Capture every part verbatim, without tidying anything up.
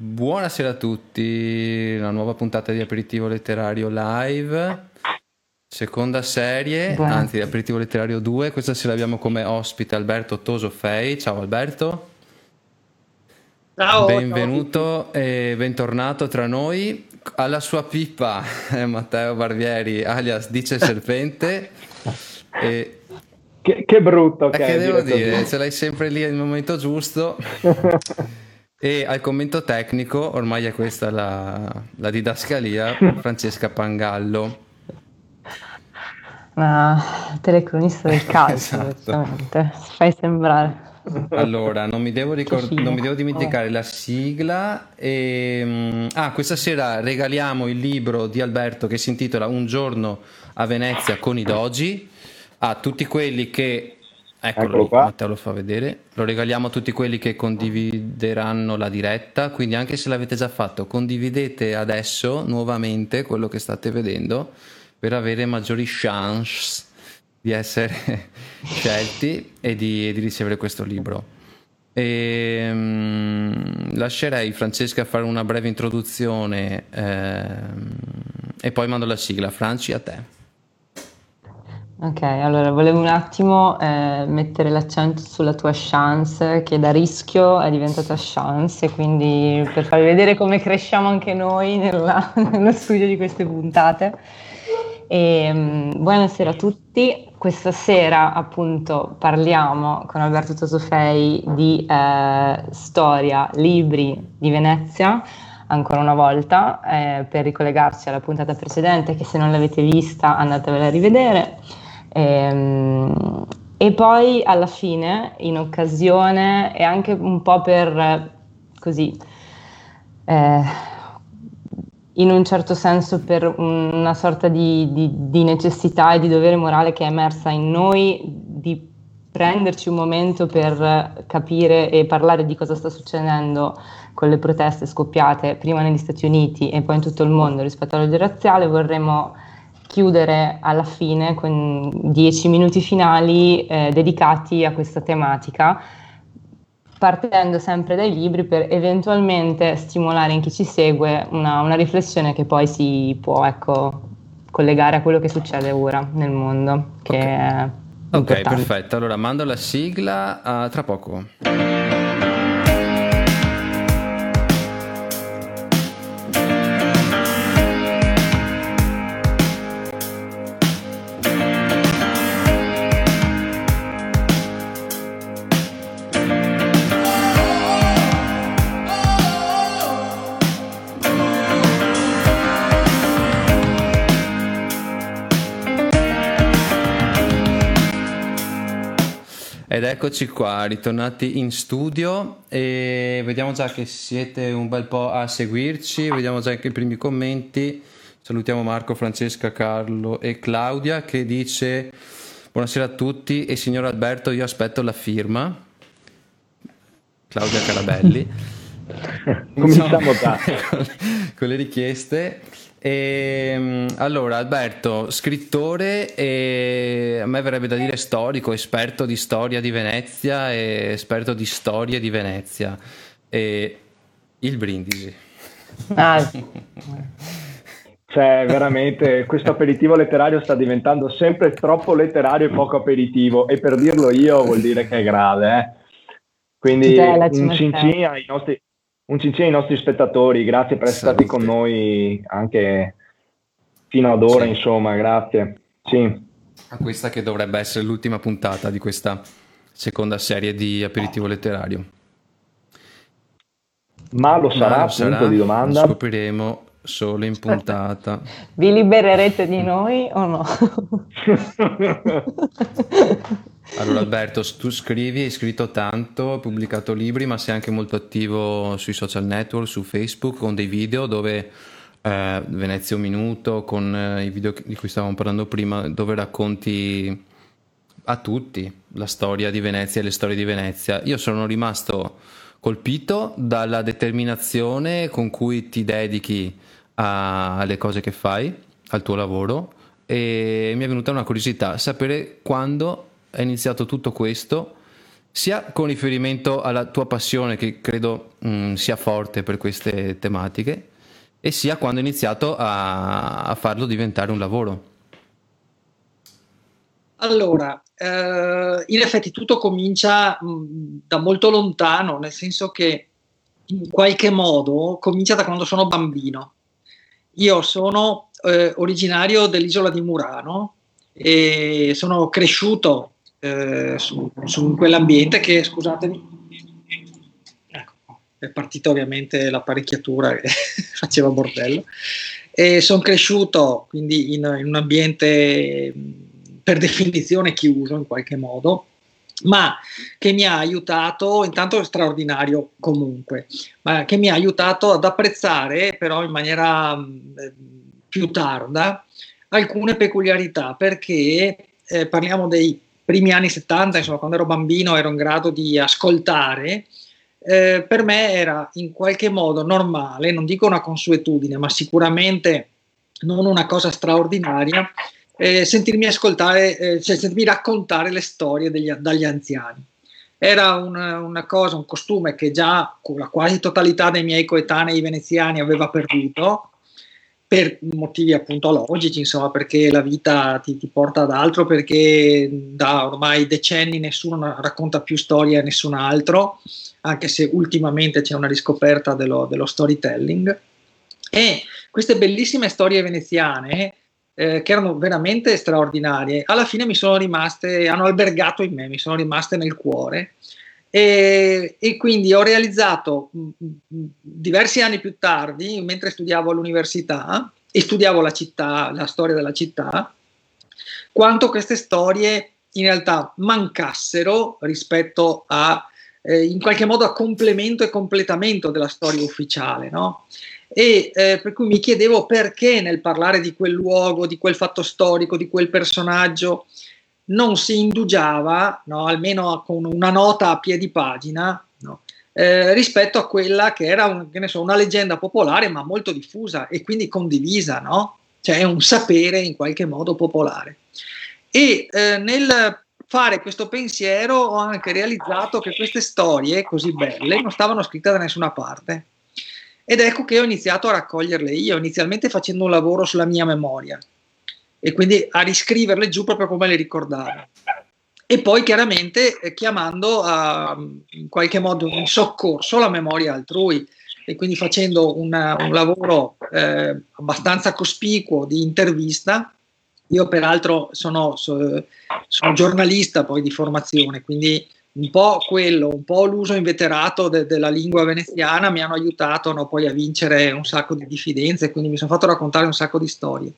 Buonasera a tutti, la nuova puntata di Aperitivo Letterario Live, seconda serie, Buona. anzi di Aperitivo Letterario due. Questa sera abbiamo come ospite Alberto Tosofei. Ciao Alberto. Ciao, Benvenuto ciao e bentornato tra noi. Alla sua pipa è Matteo Barbieri, alias Dice Serpente. E Che, che brutto eh, che che è devo dire dire, così. ce l'hai sempre lì al momento giusto. E al commento tecnico, ormai è questa la, la didascalia, Francesca Pangallo. Una telecronista del calcio, Esatto. praticamente. Fai sembrare. Allora, non mi devo, ricord- Che figo. non mi devo dimenticare la sigla. E, mm, ah, questa sera regaliamo il libro di Alberto che si intitola Un giorno a Venezia con i Dogi a tutti quelli che... Eccolo, Eccolo lì, qua. Matteo lo fa vedere. Lo regaliamo a tutti quelli che condivideranno la diretta. Quindi anche se l'avete già fatto, condividete adesso nuovamente quello che state vedendo per avere maggiori chance di essere scelti e di, e di ricevere questo libro. E, um, lascerei Francesca fare una breve introduzione ehm, e poi mando la sigla. Franci, a te. Ok, allora volevo un attimo eh, mettere l'accento sulla tua chance, che da rischio è diventata chance, e quindi per farvi vedere come cresciamo anche noi nella- nello studio di queste puntate. E, mm, buonasera a tutti. Questa sera appunto parliamo con Alberto Tosofei di eh, storia, libri di Venezia, ancora una volta, eh, per ricollegarci alla puntata precedente, che se non l'avete vista andatevela a rivedere. Ehm, E, poi alla fine, in occasione e anche un po' per eh, così, eh, in un certo senso per una sorta di, di- di necessità e di dovere morale che è emersa in noi, di prenderci un momento per capire e parlare di cosa sta succedendo con le proteste scoppiate prima negli Stati Uniti e poi in tutto il mondo rispetto all'odio razziale. Vorremmo chiudere alla fine con dieci minuti finali eh, dedicati a questa tematica, partendo sempre dai libri per eventualmente stimolare in chi ci segue una, una riflessione che poi si può, ecco, collegare a quello che succede ora nel mondo, che Ok. è Ok, importante. perfetto. Allora mando la sigla a tra poco. Ed eccoci qua, ritornati in studio e vediamo già che siete un bel po' a seguirci, vediamo già anche i primi commenti. Salutiamo Marco, Francesca, Carlo e Claudia che dice buonasera a tutti e signor Alberto, io aspetto la firma. Claudia Carabelli. Cominciamo da. con, con le richieste. E, allora Alberto, scrittore e a me verrebbe da dire storico, esperto di storia di Venezia e esperto di storie di Venezia e il Brindisi. Ah, Cioè, veramente, questo aperitivo letterario sta diventando sempre troppo letterario e poco aperitivo, e per dirlo io vuol dire che è grave, eh? Quindi tutela, ci un Matteo. cincin ai nostri, un cincin ai nostri spettatori, grazie per essere stati con noi anche fino ad ora, Sì. insomma, grazie. Sì. A questa che dovrebbe essere l'ultima puntata di questa seconda serie di aperitivo letterario. Ma lo sarà, Ma lo punto sarà, di lo domanda. scopriremo solo in puntata. Vi libererete di noi o no? Allora Alberto, tu scrivi, hai scritto tanto, hai pubblicato libri, ma sei anche molto attivo sui social network, su Facebook, con dei video dove eh, Venezia un minuto, con eh, i video di cui stavamo parlando prima, dove racconti a tutti la storia di Venezia e le storie di Venezia. Io sono rimasto colpito dalla determinazione con cui ti dedichi a- alle cose che fai, al tuo lavoro, e mi è venuta una curiosità, sapere quando è iniziato tutto questo sia con riferimento alla tua passione, che credo mh, sia forte per queste tematiche, e sia quando hai iniziato a, a farlo diventare un lavoro. Allora, eh, in effetti tutto comincia mh, da molto lontano, nel senso che in qualche modo comincia da quando sono bambino. Io sono eh, originario dell'isola di Murano e sono cresciuto eh, su, su quell'ambiente che, scusatemi, ecco, è partita ovviamente l'apparecchiatura che faceva bordello, e sono cresciuto quindi in, in un ambiente per definizione chiuso in qualche modo, ma che mi ha aiutato, intanto straordinario comunque, ma che mi ha aiutato ad apprezzare però in maniera mh, più tarda alcune peculiarità, perché eh, parliamo dei primi anni settanta, insomma, quando ero bambino ero in grado di ascoltare, eh, per me era in qualche modo normale, non dico una consuetudine, ma sicuramente non una cosa straordinaria, Eh, sentirmi ascoltare, eh, cioè sentirmi raccontare le storie degli, dagli anziani. Era una, una cosa, un costume che già la quasi totalità dei miei coetanei veneziani aveva perduto, per motivi appunto logici, insomma, perché la vita ti, ti porta ad altro, perché da ormai decenni nessuno racconta più storie a nessun altro, anche se ultimamente c'è una riscoperta dello, dello storytelling. E queste bellissime storie veneziane, Eh, che erano veramente straordinarie, alla fine mi sono rimaste, hanno albergato in me, mi sono rimaste nel cuore, e, e quindi ho realizzato mh, mh, diversi anni più tardi, mentre studiavo all'università e studiavo la città, la storia della città, quanto queste storie in realtà mancassero rispetto a eh, in qualche modo a complemento e completamento della storia ufficiale, no? E eh, per cui mi chiedevo perché nel parlare di quel luogo, di quel fatto storico, di quel personaggio non si indugiava, no, almeno con una nota a piedi pagina, no, eh, rispetto a quella che era un, che ne so, una leggenda popolare ma molto diffusa e quindi condivisa, no? Cioè è un sapere in qualche modo popolare. E eh, nel fare questo pensiero ho anche realizzato che queste storie così belle non stavano scritte da nessuna parte. Ed ecco che ho iniziato a raccoglierle io, inizialmente facendo un lavoro sulla mia memoria e quindi a riscriverle giù proprio come le ricordavo. E poi chiaramente eh, chiamando a, in qualche modo in soccorso la memoria altrui, e quindi facendo una, un lavoro eh, abbastanza cospicuo di intervista. Io peraltro sono, so, sono giornalista poi di formazione, quindi un po' quello, un po' l'uso inveterato de- della lingua veneziana mi hanno aiutato, no, poi a vincere un sacco di diffidenze, quindi mi sono fatto raccontare un sacco di storie.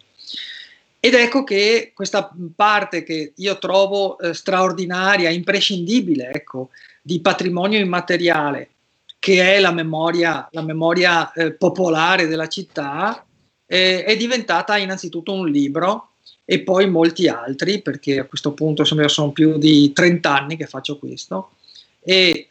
Ed ecco che questa parte che io trovo eh, straordinaria, imprescindibile, ecco, di patrimonio immateriale, che è la memoria, la memoria eh, popolare della città, eh, è diventata innanzitutto un libro, e poi molti altri, perché a questo punto insomma, sono più di trenta anni che faccio questo. E,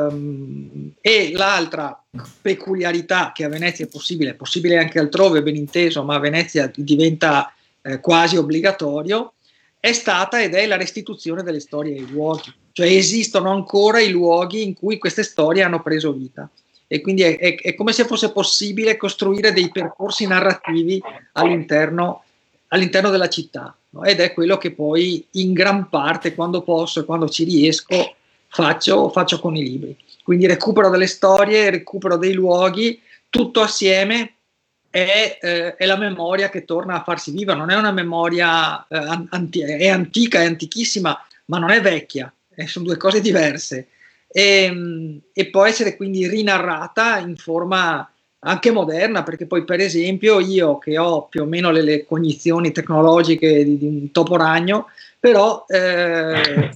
um, e l'altra peculiarità che a Venezia è possibile, è possibile anche altrove, ben inteso, ma a Venezia diventa eh, quasi obbligatorio, è stata ed è la restituzione delle storie ai luoghi. Cioè esistono ancora i luoghi in cui queste storie hanno preso vita. E quindi è, è, è come se fosse possibile costruire dei percorsi narrativi all'interno all'interno della città, no? Ed è quello che poi in gran parte, quando posso e quando ci riesco, faccio, faccio con i libri. Quindi recupero delle storie, recupero dei luoghi, tutto assieme è, eh, è la memoria che torna a farsi viva. Non è una memoria eh, anti- è antica, è antichissima, ma non è vecchia, eh, sono due cose diverse. E, e può essere quindi rinarrata in forma anche moderna, perché poi per esempio io che ho più o meno le, le cognizioni tecnologiche di, di un topo ragno, però, eh,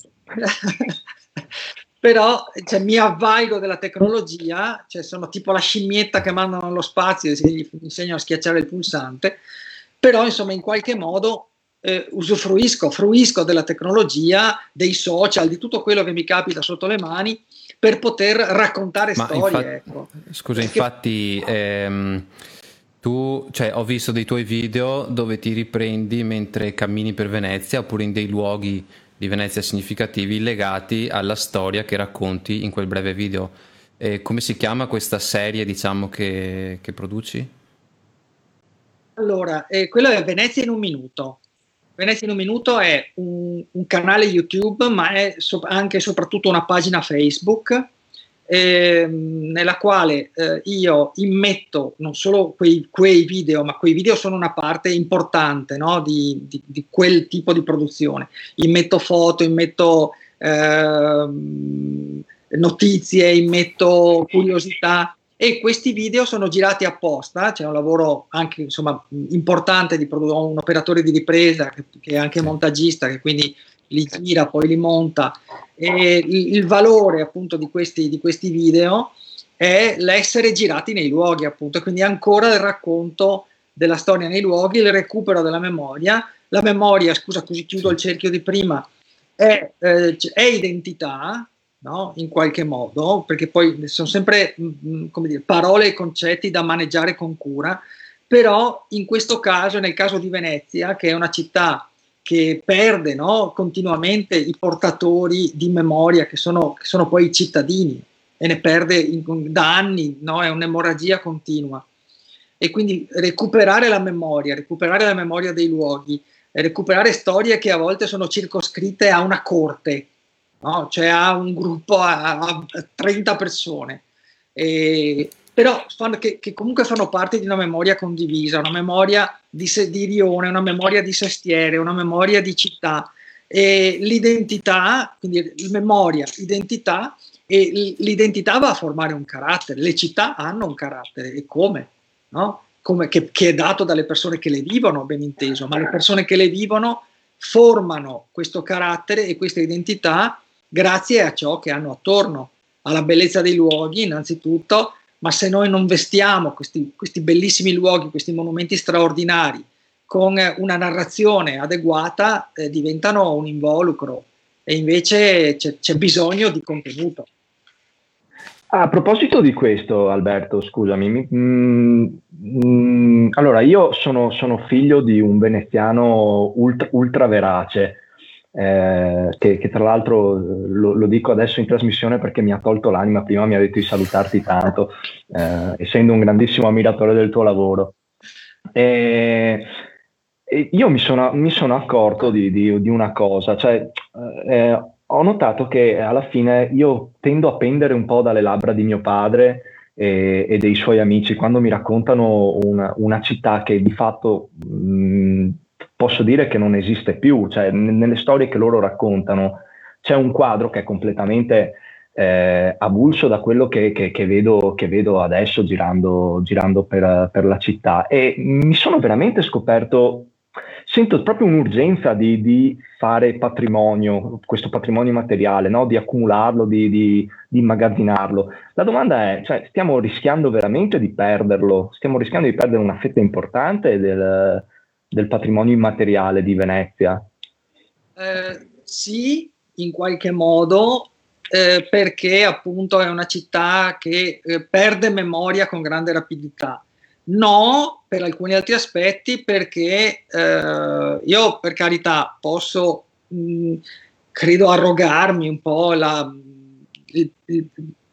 però cioè, mi avvalgo della tecnologia, cioè sono tipo la scimmietta che mandano allo spazio e gli insegnano a schiacciare il pulsante, però insomma in qualche modo eh, usufruisco, fruisco della tecnologia, dei social, di tutto quello che mi capita sotto le mani, per poter raccontare Ma storie. Infatti, ecco. scusa, Perché... infatti ehm, tu, cioè, ho visto dei tuoi video dove ti riprendi mentre cammini per Venezia oppure in dei luoghi di Venezia significativi legati alla storia che racconti in quel breve video. E come si chiama questa serie, diciamo, che, che produci? Allora, eh, quello è Venezia in un minuto. Venezia in un minuto è un, un canale YouTube, ma è so- anche e soprattutto una pagina Facebook, eh, nella quale eh, io immetto non solo quei, quei video, ma quei video sono una parte importante, no, di, di, di quel tipo di produzione. Immetto foto, immetto eh, notizie, immetto curiosità. E questi video sono girati apposta, c'è un lavoro anche insomma importante di produ- un operatore di ripresa che, che è anche montagista, che quindi li gira, poi li monta. E il, il valore appunto di questi, di questi video è l'essere girati nei luoghi, appunto, e quindi ancora il racconto della storia nei luoghi, il recupero della memoria. La memoria, scusa, così chiudo il cerchio di prima, è, eh, è identità, no? In qualche modo, perché poi sono sempre mh, come dire, parole e concetti da maneggiare con cura, però in questo caso, nel caso di Venezia, che è una città che perde, no, continuamente i portatori di memoria, che sono, che sono poi i cittadini, e ne perde in, da anni, no? È un'emorragia continua. E quindi recuperare la memoria, recuperare la memoria dei luoghi, recuperare storie che a volte sono circoscritte a una corte, no? Cioè a un gruppo a, a trenta persone, e, però fanno, che, che comunque fanno parte di una memoria condivisa, una memoria di, di Rione, una memoria di Sestiere, una memoria di città, e l'identità, quindi memoria, identità, e l'identità va a formare un carattere, le città hanno un carattere, e come? No? Come che, che è dato dalle persone che le vivono, ben inteso, ma le persone che le vivono formano questo carattere e questa identità grazie a ciò che hanno attorno, alla bellezza dei luoghi innanzitutto, ma se noi non vestiamo questi, questi bellissimi luoghi, questi monumenti straordinari con una narrazione adeguata, eh, diventano un involucro, e invece c'è, c'è bisogno di contenuto. A proposito di questo, Alberto, scusami, mi- mm, mm, allora io sono, sono figlio di un veneziano ultra, ultra verace, eh, che, che tra l'altro eh, lo, lo dico adesso in trasmissione perché mi ha tolto l'anima, prima mi ha detto di salutarti tanto, eh, essendo un grandissimo ammiratore del tuo lavoro. E, e io mi sono, mi sono accorto di, di- di una cosa, cioè eh, ho notato che alla fine io tendo a pendere un po' dalle labbra di mio padre e, e dei suoi amici quando mi raccontano una, una città che di fatto mh, posso dire che non esiste più, cioè n- nelle storie che loro raccontano c'è un quadro che è completamente eh, avulso da quello che, che- che vedo, che vedo adesso girando, girando per, per la città, e mi sono veramente scoperto, sento proprio un'urgenza di, di fare patrimonio, questo patrimonio materiale, no? Di accumularlo, di, di- di immagazzinarlo. La domanda è, cioè, stiamo rischiando veramente di perderlo? Stiamo rischiando di perdere una fetta importante del, del patrimonio immateriale di Venezia? Eh, sì, in qualche modo, eh, perché appunto è una città che eh, perde memoria con grande rapidità. No, per alcuni altri aspetti, perché eh, io, per carità, posso, mh, credo, arrogarmi un po' la, il, il-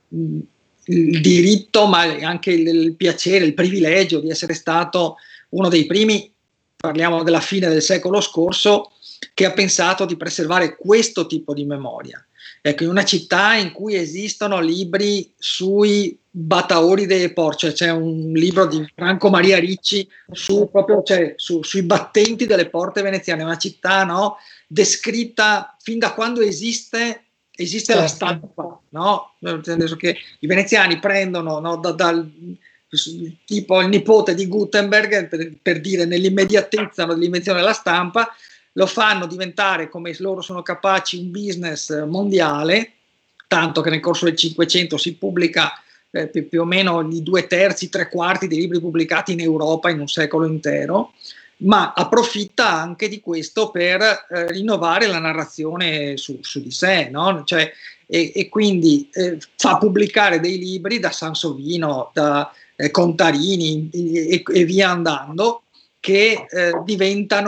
il diritto, ma anche il, il piacere, il privilegio di essere stato uno dei primi, parliamo della fine del secolo scorso, che ha pensato di preservare questo tipo di memoria. Ecco, in una città in cui esistono libri sui Bataori delle Porce, c'è un libro di Franco Maria Ricci su, proprio, cioè, su, sui battenti delle porte veneziane, una città, no, descritta fin da quando esiste, esiste la stampa, no? Nel senso che i veneziani prendono, no, da, dal tipo il nipote di Gutenberg, per, per dire nell'immediatezza, no, dell'invenzione della stampa, lo fanno diventare, come loro sono capaci, un business mondiale, tanto che nel corso del Cinquecento si pubblica eh, più, più o meno i due terzi, tre quarti dei libri pubblicati in Europa in un secolo intero, ma approfitta anche di questo per eh, rinnovare la narrazione su, su di sé, no? Cioè, e, e quindi eh, fa pubblicare dei libri da Sansovino, da eh, Contarini e, e via andando, che eh, diventano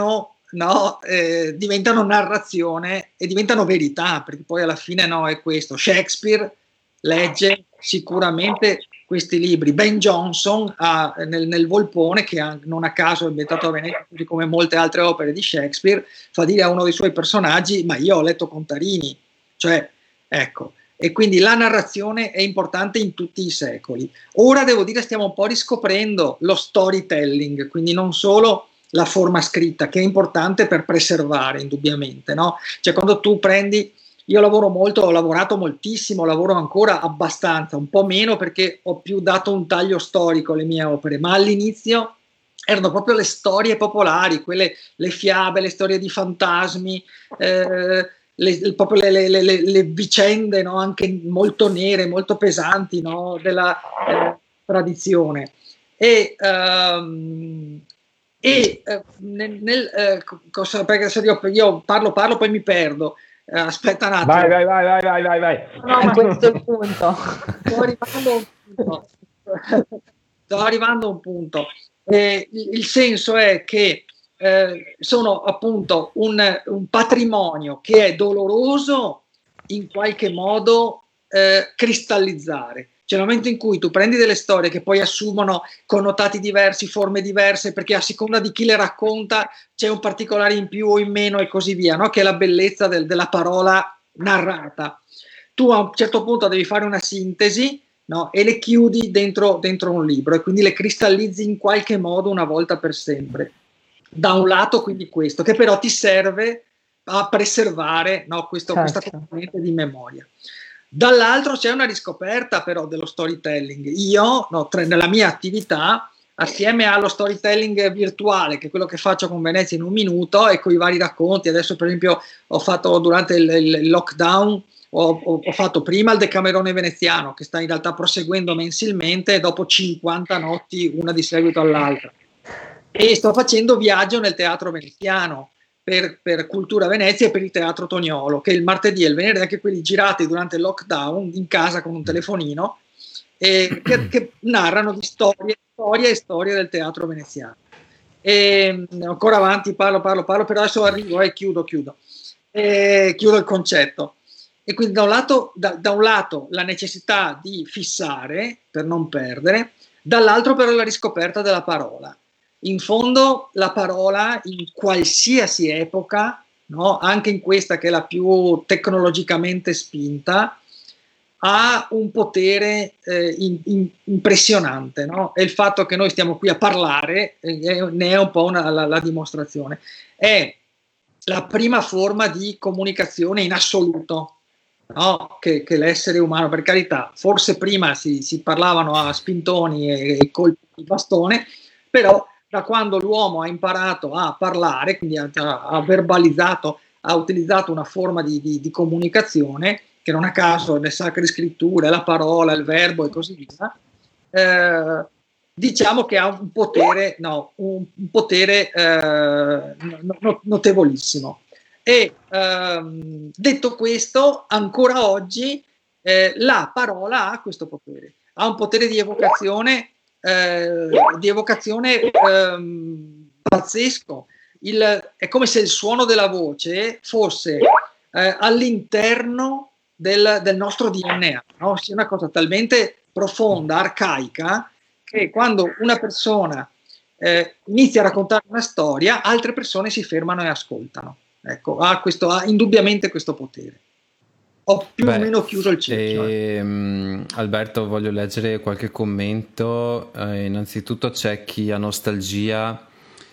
no, eh, diventano narrazione e diventano verità, perché poi alla fine no, è questo. Shakespeare legge sicuramente questi libri. Ben Jonson ha, nel, nel Volpone, che ha, non a caso è ambientato a Venezia, così come molte altre opere di Shakespeare, fa dire a uno dei suoi personaggi: ma io ho letto Contarini, cioè ecco. E quindi la narrazione è importante in tutti i secoli. Ora devo dire stiamo un po' riscoprendo lo storytelling, quindi non solo la forma scritta, che è importante per preservare indubbiamente, no? Cioè quando tu prendi, io lavoro molto, ho lavorato moltissimo, lavoro ancora abbastanza, un po' meno perché ho più dato un taglio storico alle mie opere, ma all'inizio erano proprio le storie popolari, quelle, le fiabe, le storie di fantasmi, eh, Le, le, proprio le, le, le, le vicende, no? Anche molto nere, molto pesanti, no? Della eh, tradizione. E, um, e uh, nel, nel uh, cosa, perché se io, io parlo, parlo, poi mi perdo. Uh, aspetta un attimo. Vai, vai, vai, vai, vai, vai, vai. No, ma questo è il punto. Sto arrivando a un punto. Sto arrivando a un punto. Eh, il, il senso è che Eh, sono appunto un, un patrimonio che è doloroso in qualche modo eh, cristallizzare. Cioè nel momento in cui tu prendi delle storie che poi assumono connotati diversi, forme diverse, perché a seconda di chi le racconta c'è un particolare in più o in meno e così via, no? Che è la bellezza del, della parola narrata. Tu a un certo punto devi fare una sintesi, no? E le chiudi dentro, dentro un libro e quindi le cristallizzi in qualche modo una volta per sempre. Da un lato quindi questo, che però ti serve a preservare, no, questo, certo, questa componente di memoria. Dall'altro c'è una riscoperta però dello storytelling. Io, no, tra, nella mia attività, assieme allo storytelling virtuale, che è quello che faccio con Venezia in un minuto e con i vari racconti, adesso per esempio ho fatto durante il, il lockdown, ho, ho, ho fatto prima il Decamerone veneziano, che sta in realtà proseguendo mensilmente, e dopo cinquanta notti una di seguito all'altra. E sto facendo viaggio nel teatro veneziano per, per Cultura Venezia e per il teatro Toniolo, che il martedì e il venerdì, anche quelli girati durante il lockdown in casa con un telefonino, e che, che narrano di storie, storie e storie del teatro veneziano. E ancora avanti parlo, parlo, parlo, però adesso arrivo e eh, chiudo, chiudo, e chiudo il concetto. E quindi da un lato, da, da un lato la necessità di fissare per non perdere, dall'altro però la riscoperta della parola. In fondo la parola in qualsiasi epoca, no? Anche in questa che è la più tecnologicamente spinta, ha un potere eh, in, in, impressionante, no? E il fatto che noi stiamo qui a parlare eh, ne è un po' una, la, la dimostrazione. È la prima forma di comunicazione in assoluto, no? che, che l'essere umano, per carità, forse prima si, si parlavano a spintoni e, e colpi di bastone, però da quando l'uomo ha imparato a parlare, quindi ha, ha verbalizzato, ha utilizzato una forma di, di, di comunicazione, che non a caso le sacre scritture, la parola, il verbo e così via, eh, diciamo che ha un potere, no, un, un potere eh, no, notevolissimo. E ehm, detto questo, ancora oggi eh, la parola ha questo potere, ha un potere di evocazione Eh, di evocazione ehm, pazzesco. Il, è come se il suono della voce fosse eh, all'interno del, del nostro D N A, no? Sia una cosa talmente profonda, arcaica, che quando una persona eh, inizia a raccontare una storia, altre persone si fermano e ascoltano. Ecco, ha, questo, ha indubbiamente questo potere. Ho più Beh, o meno chiuso il cerchio. Ehm, Alberto, voglio leggere qualche commento. Eh, innanzitutto c'è chi ha nostalgia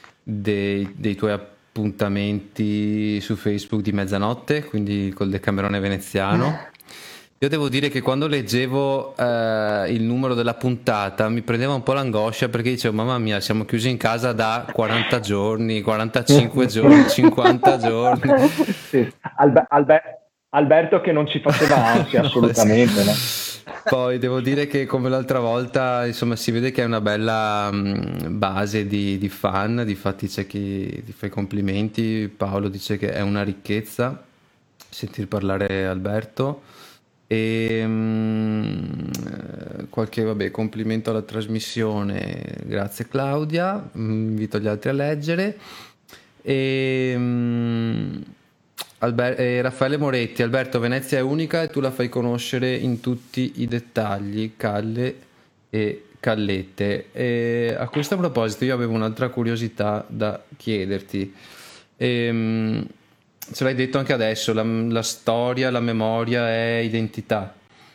dei, dei tuoi appuntamenti su Facebook di mezzanotte, quindi col Decamerone veneziano. Io devo dire che quando leggevo eh, il numero della puntata mi prendeva un po' l'angoscia, perché dicevo: mamma mia, siamo chiusi in casa da quaranta giorni, quarantacinque giorni, cinquanta giorni. Sì. Albe- Albe- Alberto che non ci faceva ansia, assolutamente, no? Poi devo dire che come l'altra volta, insomma, si vede che è una bella mh, base di, di fan. Difatti c'è chi ti fa i complimenti. Paolo dice che è una ricchezza sentir parlare Alberto. E mh, qualche vabbè complimento alla trasmissione, grazie Claudia. Mh, invito gli altri a leggere. E, mm, Alber- eh, Raffaele Moretti, Alberto, Venezia è unica e tu la fai conoscere in tutti i dettagli, calle e callette. E a questo proposito io avevo un'altra curiosità da chiederti. Ehm, ce l'hai detto anche adesso, la, la storia, la memoria è identità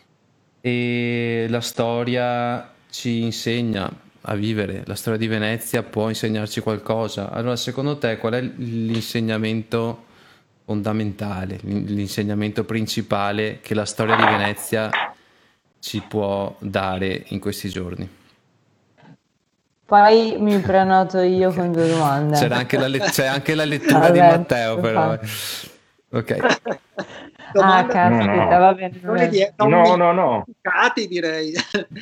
e la storia ci insegna a vivere, la storia di Venezia può insegnarci qualcosa. Allora, secondo te qual è l'insegnamento fondamentale, l'insegnamento principale che la storia di Venezia ci può dare in questi giorni? Poi mi prenoto io okay. con due domande. C'era anche la, le- c'è anche la lettura Vabbè, di Matteo, però. Ok. Ah, caspita, va bene. Non no, no, no. direi.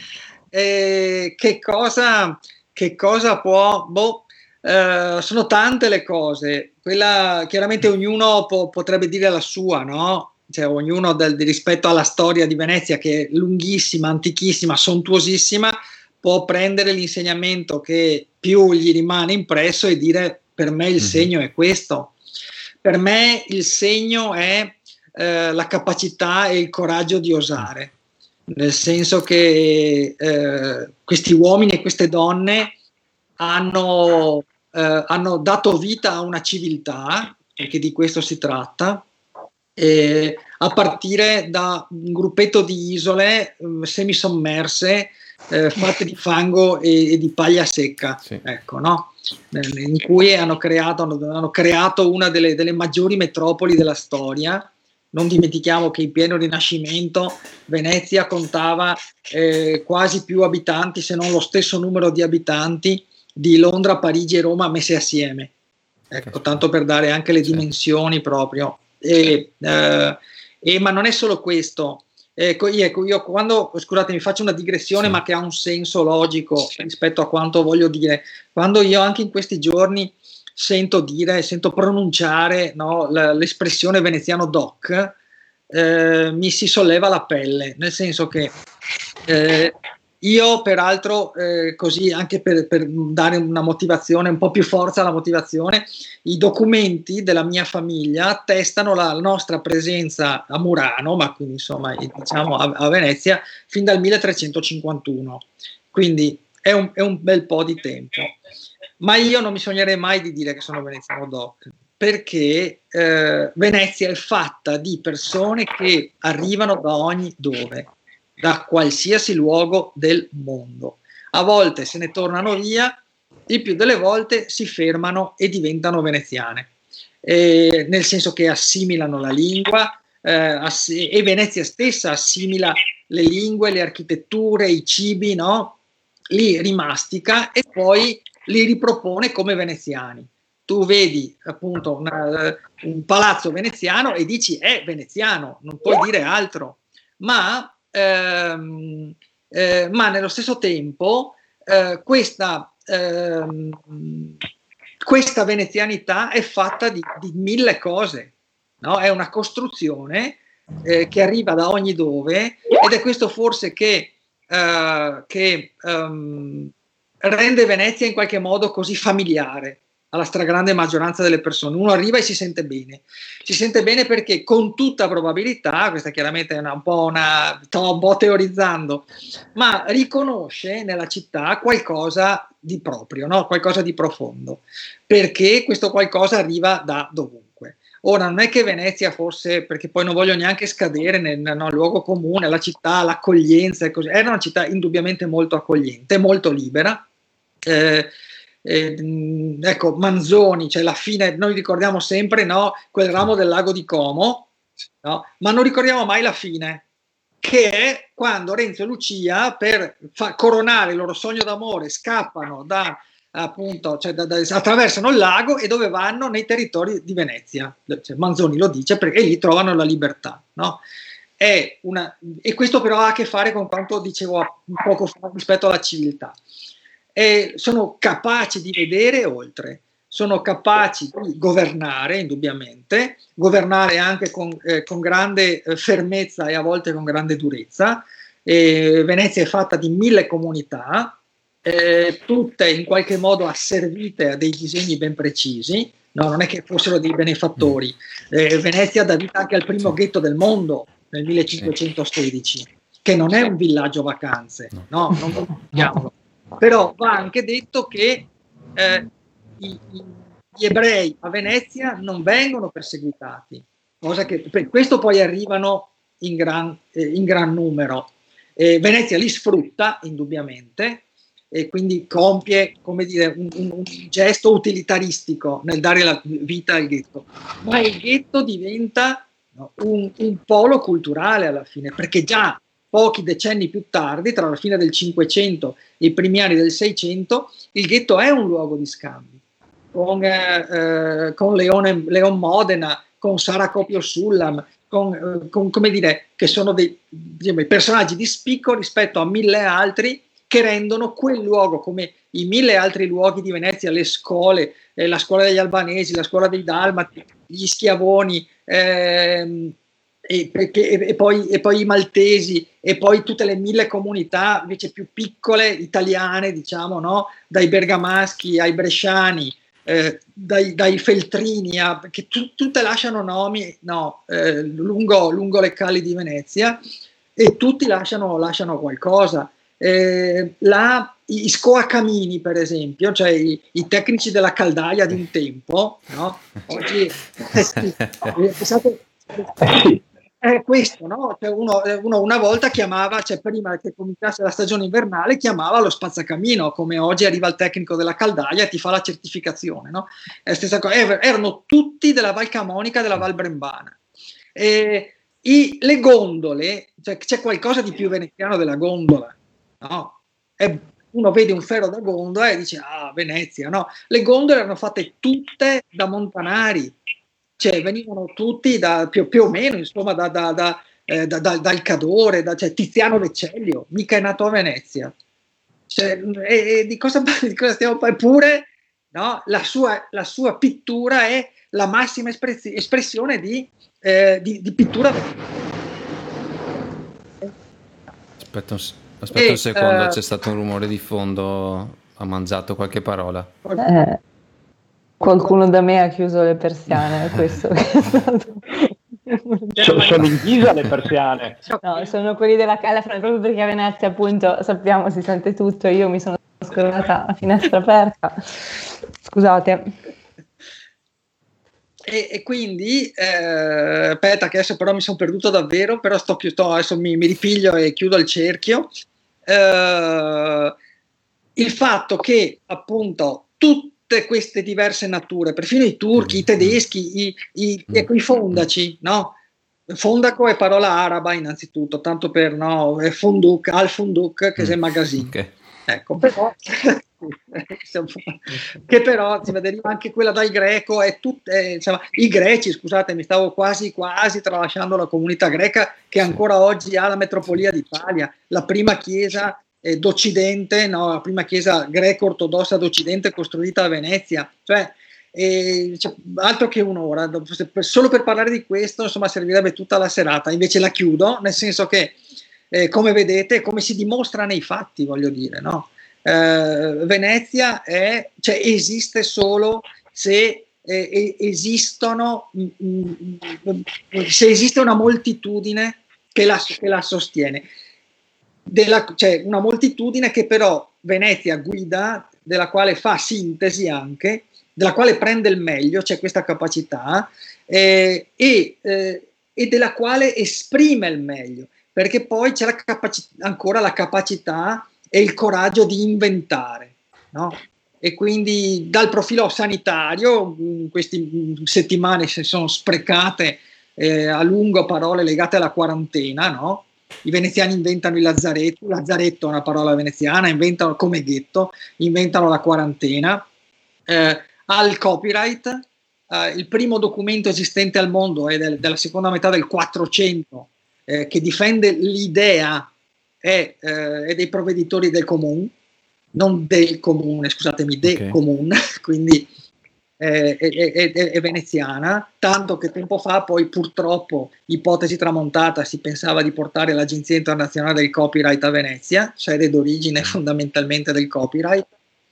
eh, che cosa, che cosa può... Boh, eh, sono tante le cose. Quella, chiaramente ognuno po- potrebbe dire la sua, no? Cioè, ognuno del, rispetto alla storia di Venezia, che è lunghissima, antichissima, sontuosissima, può prendere l'insegnamento che più gli rimane impresso e dire: per me il mm-hmm. segno è questo. Per me il segno è eh, la capacità e il coraggio di osare, nel senso che eh, questi uomini e queste donne hanno, eh, hanno dato vita a una civiltà, perché di questo si tratta, eh, a partire da un gruppetto di isole eh, semisommerse, eh, fatte di fango e, e di paglia secca, sì. Ecco, no? In cui hanno creato, hanno, hanno creato una delle, delle maggiori metropoli della storia. Non dimentichiamo che in pieno Rinascimento Venezia contava eh, quasi più abitanti, se non lo stesso numero di abitanti di Londra, Parigi e Roma messe assieme. Ecco, tanto per dare anche le dimensioni proprio. E, eh, e, ma non è solo questo. Ecco, io, io quando, scusate, mi faccio una digressione, sì. ma che ha un senso logico rispetto a quanto voglio dire. Quando io anche in questi giorni sento dire, sento pronunciare, no, l'espressione veneziano doc, eh, mi si solleva la pelle, nel senso che eh, io peraltro, eh, così anche per, per dare una motivazione, un po' più forza alla motivazione, i documenti della mia famiglia attestano la nostra presenza a Murano, ma quindi insomma diciamo a, a Venezia, fin dal milletrecentocinquantuno, quindi è un, è un bel po' di tempo. Ma io non mi sognerei mai di dire che sono veneziano doc, perché eh, Venezia è fatta di persone che arrivano da ogni dove, da qualsiasi luogo del mondo. A volte se ne tornano via, il più delle volte si fermano e diventano veneziane, eh, nel senso che assimilano la lingua, eh, ass- e Venezia stessa assimila le lingue, le architetture, i cibi, no? Li rimastica e poi li ripropone come veneziani. Tu vedi appunto una, un palazzo veneziano e dici è veneziano, non puoi dire altro, ma, ehm, eh, ma nello stesso tempo eh, questa, ehm, questa venezianità è fatta di, di mille cose, no? È una costruzione eh, che arriva da ogni dove, ed è questo forse che, eh, che um, rende Venezia in qualche modo così familiare alla stragrande maggioranza delle persone. Uno arriva e si sente bene, si sente bene perché con tutta probabilità, questa chiaramente è una, un po' una, sto un po' teorizzando, ma riconosce nella città qualcosa di proprio, no? Qualcosa di profondo, perché questo qualcosa arriva da dovunque. Ora non è che Venezia fosse, perché poi non voglio neanche scadere nel no, luogo comune, la città, l'accoglienza e così, era una città indubbiamente molto accogliente, molto libera. Eh, eh, ecco, Manzoni, cioè la fine, noi ricordiamo sempre, no, quel ramo del lago di Como, no, ma non ricordiamo mai la fine, che è quando Renzo e Lucia, per fa- coronare il loro sogno d'amore, scappano da appunto, cioè da, da, attraversano il lago e dove vanno? Nei territori di Venezia, cioè, Manzoni lo dice, perché lì trovano la libertà, no? È una, e questo però ha a che fare con quanto dicevo poco fa rispetto alla civiltà. E sono capaci di vedere oltre, sono capaci di governare, indubbiamente, governare anche con, eh, con grande eh, fermezza e a volte con grande durezza. E Venezia è fatta di mille comunità, eh, tutte in qualche modo asservite a dei disegni ben precisi, no, non è che fossero dei benefattori. Eh, Venezia dà vita anche al primo ghetto del mondo nel millecinquecentosedici, che non è un villaggio vacanze, no, non dimentichiamolo. Però va anche detto che eh, i, i, gli ebrei a Venezia non vengono perseguitati, cosa che per questo poi arrivano in gran, eh, in gran numero. Eh, Venezia li sfrutta indubbiamente e quindi compie, come dire, un, un, un gesto utilitaristico nel dare la vita al ghetto, ma il ghetto diventa, no, un, un polo culturale alla fine, perché già pochi decenni più tardi, tra la fine del Cinquecento e i primi anni del Seicento, il ghetto è un luogo di scambi con, eh, con Leone, Leon Modena, con Sara Copio Sullam, con, con, come dire, che sono dei, diciamo, personaggi di spicco rispetto a mille altri che rendono quel luogo, come i mille altri luoghi di Venezia, le scuole, eh, la scuola degli albanesi, la scuola dei dalmati, gli schiavoni, ehm, e, perché, e, e, poi, e poi i maltesi, e poi tutte le mille comunità invece più piccole italiane, diciamo, no? Dai bergamaschi ai bresciani, eh, dai, dai feltrini, a, che tu, tutte lasciano nomi, no, eh, lungo, lungo le calli di Venezia, e tutti lasciano, lasciano qualcosa. Eh, la, i scoacamini, per esempio, cioè i, i tecnici della caldaia di un tempo, no? Oggi eh sì, pensate, è questo, no? Cioè uno, uno una volta chiamava, cioè prima che cominciasse la stagione invernale, chiamava lo spazzacamino, come oggi arriva il tecnico della caldaia e ti fa la certificazione, no? È la stessa cosa. Er, erano tutti della Val Camonica, della Val Brembana. E, i, le gondole, cioè c'è qualcosa di più veneziano della gondola, no? È, uno vede un ferro da gondola e dice, ah, Venezia, no? Le gondole erano fatte tutte da montanari, cioè venivano tutti da, più, più o meno, insomma, da, da, da, eh, da, da, dal Cadore, da, cioè Tiziano Vecellio, mica è nato a Venezia. Cioè, e, e di, cosa, di cosa stiamo parlando? Eppure, no? la, sua, la sua pittura è la massima espress- espressione di, eh, di, di pittura. Aspetta un, aspetta e, un secondo, uh, c'è stato un rumore di fondo, ha mangiato qualche parola. Eh. Qualcuno da me ha chiuso le persiane, questo che è stato... So, sono in ghisa le persiane. No, sono quelli della cala, proprio perché a Venezia, appunto, sappiamo, si sente tutto, io mi sono scordata a finestra aperta. Scusate. E, e quindi, eh, aspetta che adesso però mi sono perduto davvero, però sto più, sto, adesso mi, mi ripiglio e chiudo il cerchio. Eh, il fatto che, appunto, tutti queste diverse nature, perfino i turchi, i tedeschi, i, i, i fondaci, no? Fondaco è parola araba innanzitutto, tanto per, no, è fonduk, al fonduk che è magazine. Okay. Ecco, però, che però si deriva anche quella dal greco, è tut, è, insomma, i greci, scusate, mi stavo quasi quasi tralasciando la comunità greca che ancora oggi ha la metropolia d'Italia, la prima chiesa d'Occidente, no, la prima chiesa greco-ortodossa d'Occidente costruita a Venezia, cioè, eh, cioè altro che un'ora, solo per parlare di questo, insomma, servirebbe tutta la serata. Invece la chiudo, nel senso che, eh, come vedete, come si dimostra nei fatti, voglio dire, no? Eh, Venezia è, cioè, esiste solo se eh, esistono, mh, mh, se esiste una moltitudine che la, che la sostiene. Della, cioè una moltitudine che però Venezia guida, della quale fa sintesi anche, della quale prende il meglio, c'è questa capacità, eh, e, eh, e della quale esprime il meglio, perché poi c'è la capaci- ancora la capacità e il coraggio di inventare, no? E quindi dal profilo sanitario, in queste settimane si sono sprecate eh, a lungo parole legate alla quarantena, no? I veneziani inventano il lazzaretto, lazzaretto è una parola veneziana, inventano come ghetto, inventano la quarantena, eh, al copyright, eh, il primo documento esistente al mondo è del, della seconda metà del quattrocento, eh, che difende l'idea è, eh, è dei provveditori del comune, non del comune, scusatemi, del okay. comune, quindi È, è, è, è veneziana, tanto che tempo fa poi purtroppo, ipotesi tramontata, si pensava di portare l'Agenzia Internazionale del Copyright a Venezia, sede d'origine fondamentalmente del copyright,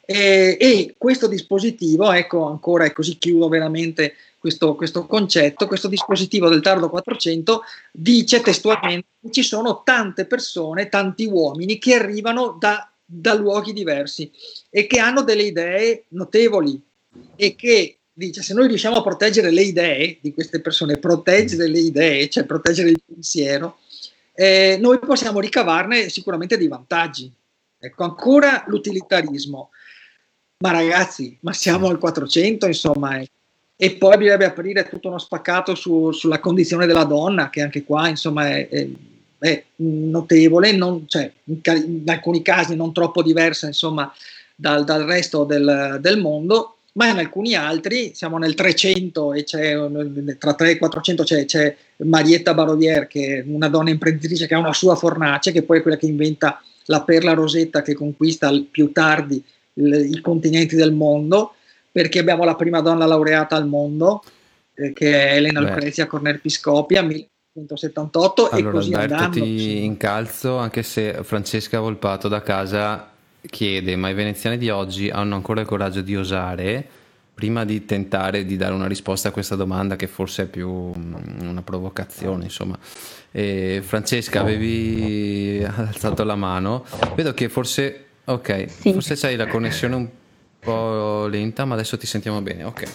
E, e questo dispositivo, ecco ancora, e così chiudo veramente questo, questo concetto, questo dispositivo del tardo quattrocento dice testualmente che ci sono tante persone, tanti uomini che arrivano da, da luoghi diversi e che hanno delle idee notevoli, e che dice se noi riusciamo a proteggere le idee di queste persone, proteggere le idee, cioè proteggere il pensiero, eh, noi possiamo ricavarne sicuramente dei vantaggi. Ecco, ancora l'utilitarismo. Ma ragazzi, ma siamo al quattrocento, insomma, eh. E poi bisognerebbe aprire tutto uno spaccato su, sulla condizione della donna, che anche qua, insomma, è, è, è notevole, non, cioè, in, in alcuni casi non troppo diversa, insomma, dal, dal resto del, del mondo, ma in alcuni altri, siamo nel trecento e c'è, tra tre e quattrocento c'è, c'è Marietta Barovier, che è una donna imprenditrice che ha una sua fornace, che poi è quella che inventa la perla rosetta che conquista più tardi i continenti del mondo, perché abbiamo la prima donna laureata al mondo, eh, che è Elena Lucrezia Corner Piscopia, millenovecentosettantotto. Allora, e così Alberto, andando, ti sì. incalzo, anche se Francesca Volpato da casa chiede: ma i veneziani di oggi hanno ancora il coraggio di osare? Prima di tentare di dare una risposta a questa domanda, che forse è più una provocazione, insomma. E Francesca, avevi alzato la mano, vedo che forse ok, Sì. forse c'hai la connessione un po' lenta, ma adesso ti sentiamo bene, ok.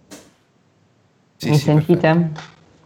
Sì, Mi sì, sentite? perfetto.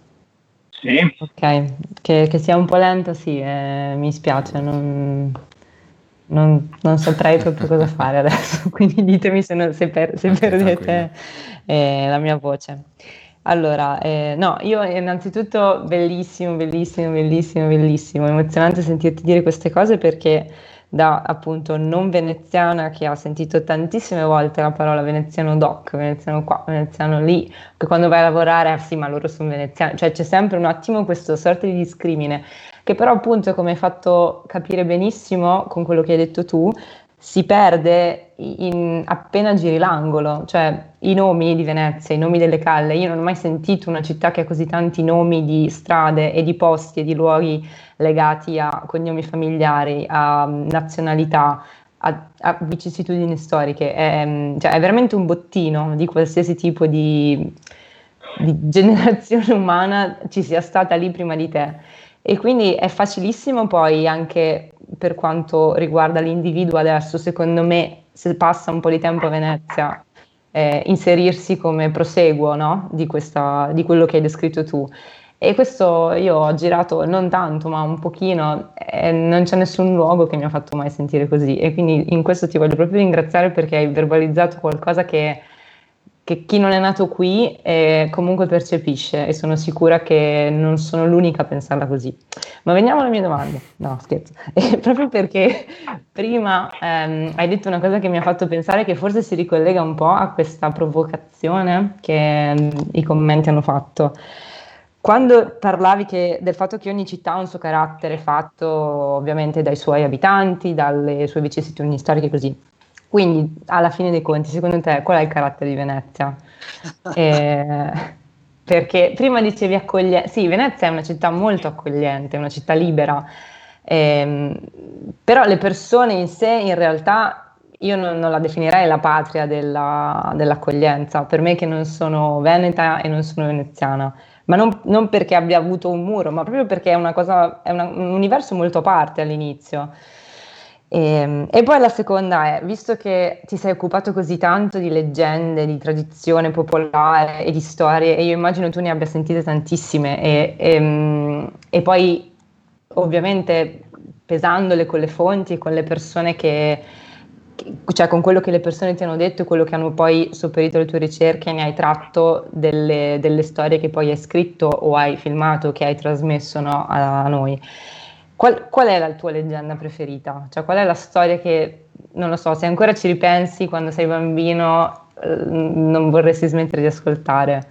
Sì. Ok, che, che sia un po' lento, sì, eh, mi spiace, non, non, non saprei proprio cosa fare adesso, quindi ditemi se, non, se, per, se Ok, perdete eh, la mia voce. Allora, eh, no, io innanzitutto bellissimo, bellissimo, bellissimo, bellissimo, emozionante sentirti dire queste cose, perché da appunto non veneziana che ha sentito tantissime volte la parola veneziano doc, veneziano qua, veneziano lì, che quando vai a lavorare, ah sì, ma loro sono veneziani, cioè c'è sempre un attimo questo sorta di discrimine, che però appunto, come hai fatto capire benissimo con quello che hai detto tu, si perde in, appena giri l'angolo, cioè i nomi di Venezia, i nomi delle calle. Io non ho mai sentito una città che ha così tanti nomi di strade e di posti e di luoghi legati a cognomi familiari, a nazionalità, a, a vicissitudini storiche. È, cioè, è veramente un bottino di qualsiasi tipo di, di generazione umana ci sia stata lì prima di te. E quindi è facilissimo poi, anche per quanto riguarda l'individuo adesso, secondo me, se passa un po' di tempo a Venezia, eh, inserirsi come proseguo, no? di, questa, di quello che hai descritto tu. E questo io ho girato non tanto, ma un pochino, e non c'è nessun luogo che mi ha fatto mai sentire così. E quindi in questo ti voglio proprio ringraziare, perché hai verbalizzato qualcosa che, che chi non è nato qui eh, comunque percepisce, e sono sicura che non sono l'unica a pensarla così. Ma veniamo alle mie domande. No, scherzo. E proprio perché prima ehm, hai detto una cosa che mi ha fatto pensare, che forse si ricollega un po' a questa provocazione che ehm, i commenti hanno fatto. Quando parlavi che, del fatto che ogni città ha un suo carattere, fatto ovviamente dai suoi abitanti, dalle sue vicissitudini storiche, così. Quindi, alla fine dei conti, secondo te, qual è il carattere di Venezia? Eh, perché prima dicevi accogliente. Sì, Venezia è una città molto accogliente, è una città libera, ehm, però le persone in sé, in realtà, io non, non la definirei la patria della, dell'accoglienza. Per me, che non sono veneta e non sono veneziana. Ma non, non perché abbia avuto un muro, ma proprio perché è una cosa, è una, un universo molto a parte all'inizio. E, e poi la seconda è, visto che ti sei occupato così tanto di leggende, di tradizione popolare e di storie, e io immagino tu ne abbia sentite tantissime, e, e, e poi ovviamente pesandole con le fonti e con le persone che, che, cioè con quello che le persone ti hanno detto e quello che hanno poi sopperito alle tue ricerche, ne hai tratto delle, delle storie che poi hai scritto o hai filmato, che hai trasmesso, no, a, a noi. Qual, qual è la tua leggenda preferita? Cioè, qual è la storia che, non lo so, se ancora ci ripensi quando sei bambino, eh, non vorresti smettere di ascoltare?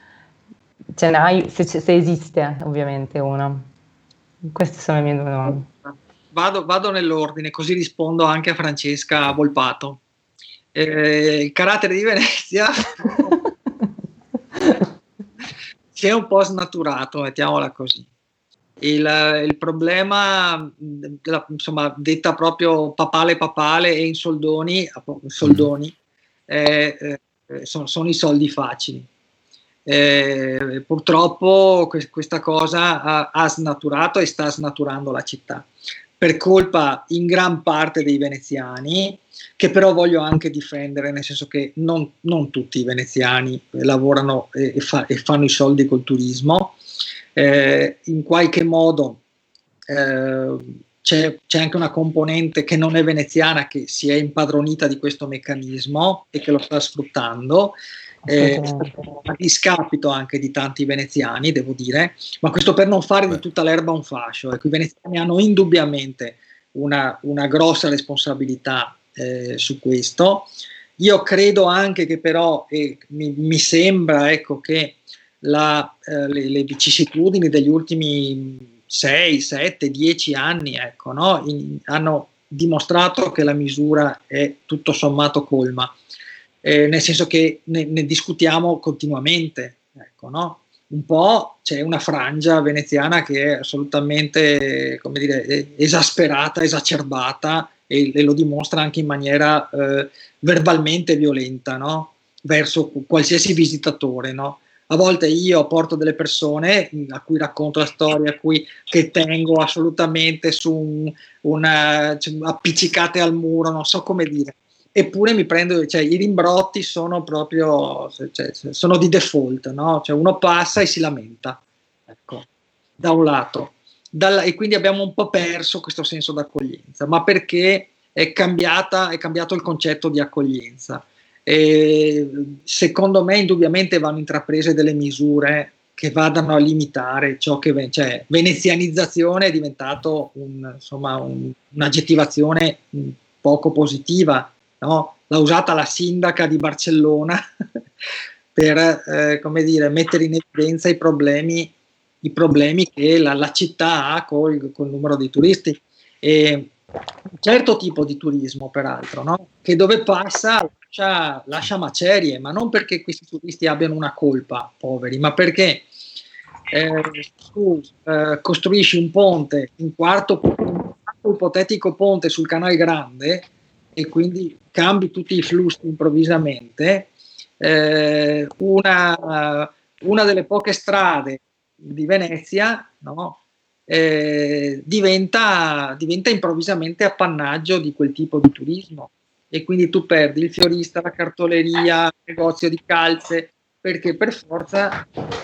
Ce n'hai, se, se esiste, ovviamente, una. Queste sono le mie due domande. Vado, vado nell'ordine, così rispondo anche a Francesca Volpato. Eh, il carattere di Venezia si è un po' snaturato, mettiamola così. Il, il problema, della, insomma, detta proprio papale papale e in soldoni, soldoni eh, eh, sono, sono i soldi facili. Eh, purtroppo que- questa cosa ha, ha snaturato e sta snaturando la città, per colpa in gran parte dei veneziani, che però voglio anche difendere, nel senso che non, non tutti i veneziani lavorano e, e, fa- e fanno i soldi col turismo. Eh, in qualche modo eh, c'è, c'è anche una componente che non è veneziana, che si è impadronita di questo meccanismo e che lo sta sfruttando, eh, a discapito anche di tanti veneziani, devo dire, ma questo per non fare Beh. di tutta l'erba un fascio. Ecco, i veneziani hanno indubbiamente una, una grossa responsabilità eh, su questo. Io credo anche che però, eh, mi, mi sembra ecco, che La, eh, le, le vicissitudini degli ultimi sei, sette, dieci anni ecco, no? In, hanno dimostrato che la misura è tutto sommato colma, eh, nel senso che ne, ne discutiamo continuamente, ecco, no? Un po' c'è una frangia veneziana che è assolutamente, come dire, esasperata, esacerbata e, e lo dimostra anche in maniera eh, verbalmente violenta, no? Verso qualsiasi visitatore, no? A volte io porto delle persone a cui racconto la storia, a cui che tengo assolutamente su un, una, cioè, appiccicate al muro, non so come dire. Eppure mi prendo, cioè i rimbrotti sono proprio, cioè, sono di default, no? Cioè uno passa e si lamenta, ecco, da un lato. Dalla, e quindi abbiamo un po' perso questo senso d'accoglienza, ma perché è cambiata, è cambiato il concetto di accoglienza. E secondo me indubbiamente vanno intraprese delle misure che vadano a limitare ciò che cioè venezianizzazione è diventato un, insomma un, un'aggettivazione poco positiva, no? L'ha usata la sindaca di Barcellona per eh, come dire, mettere in evidenza i problemi, i problemi che la, la città ha col, col numero di turisti e un certo tipo di turismo peraltro, no? Che dove passa lascia, lascia macerie, ma non perché questi turisti abbiano una colpa, poveri, ma perché eh, tu eh, costruisci un ponte, un quarto, un quarto ipotetico ponte sul Canale Grande e quindi cambi tutti i flussi improvvisamente. Eh, una, una delle poche strade di Venezia, no? Eh, diventa, diventa improvvisamente appannaggio di quel tipo di turismo e quindi tu perdi il fiorista, la cartoleria, il negozio di calze, perché per forza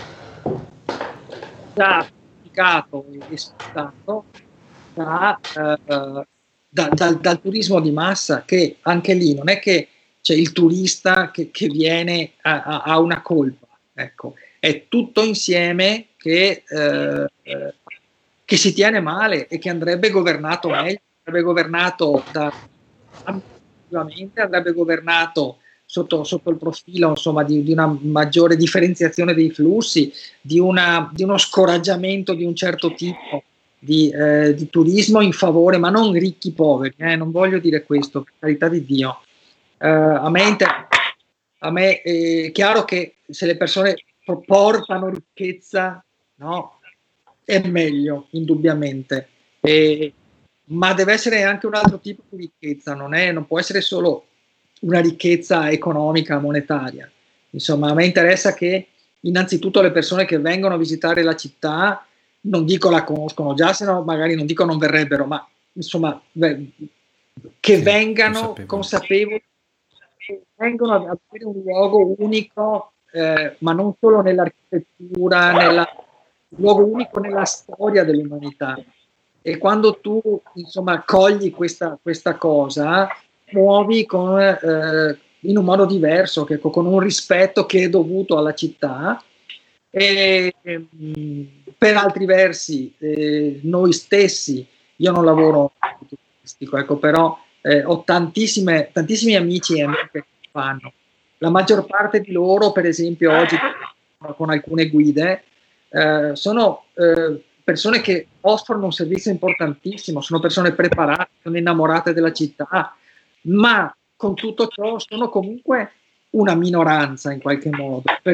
già applicato e sfruttato da, eh, da, da, dal turismo di massa, che anche lì non è che c'è il turista che, che viene a, a, a una colpa, ecco, è tutto insieme che eh, che si tiene male e che andrebbe governato meglio, andrebbe governato da, andrebbe governato sotto, sotto il profilo insomma, di, di una maggiore differenziazione dei flussi, di, una, di uno scoraggiamento di un certo tipo di, eh, di turismo in favore, ma non ricchi poveri, eh, non voglio dire questo, per carità di Dio. Eh, a me, inter- a me è chiaro che se le persone portano ricchezza, no? È meglio, indubbiamente, e, ma deve essere anche un altro tipo di ricchezza, non, è, non può essere solo una ricchezza economica, monetaria. Insomma, a me interessa che innanzitutto le persone che vengono a visitare la città, non dico la conoscono già, se no magari non dico non verrebbero, ma insomma, beh, che sì, vengano consapevoli, consapevoli che vengono ad avere un luogo unico, eh, ma non solo nell'architettura, nella luogo unico nella storia dell'umanità, e quando tu insomma cogli questa, questa cosa muovi con, eh, in un modo diverso, che, con un rispetto che è dovuto alla città e mh, per altri versi eh, noi stessi, io non lavoro turistico, ecco, però eh, ho tantissime, tantissimi amici e amiche che fanno, la maggior parte di loro per esempio oggi con alcune guide Eh, sono eh, persone che offrono un servizio importantissimo, sono persone preparate, sono innamorate della città, ma con tutto ciò sono comunque una minoranza in qualche modo, perché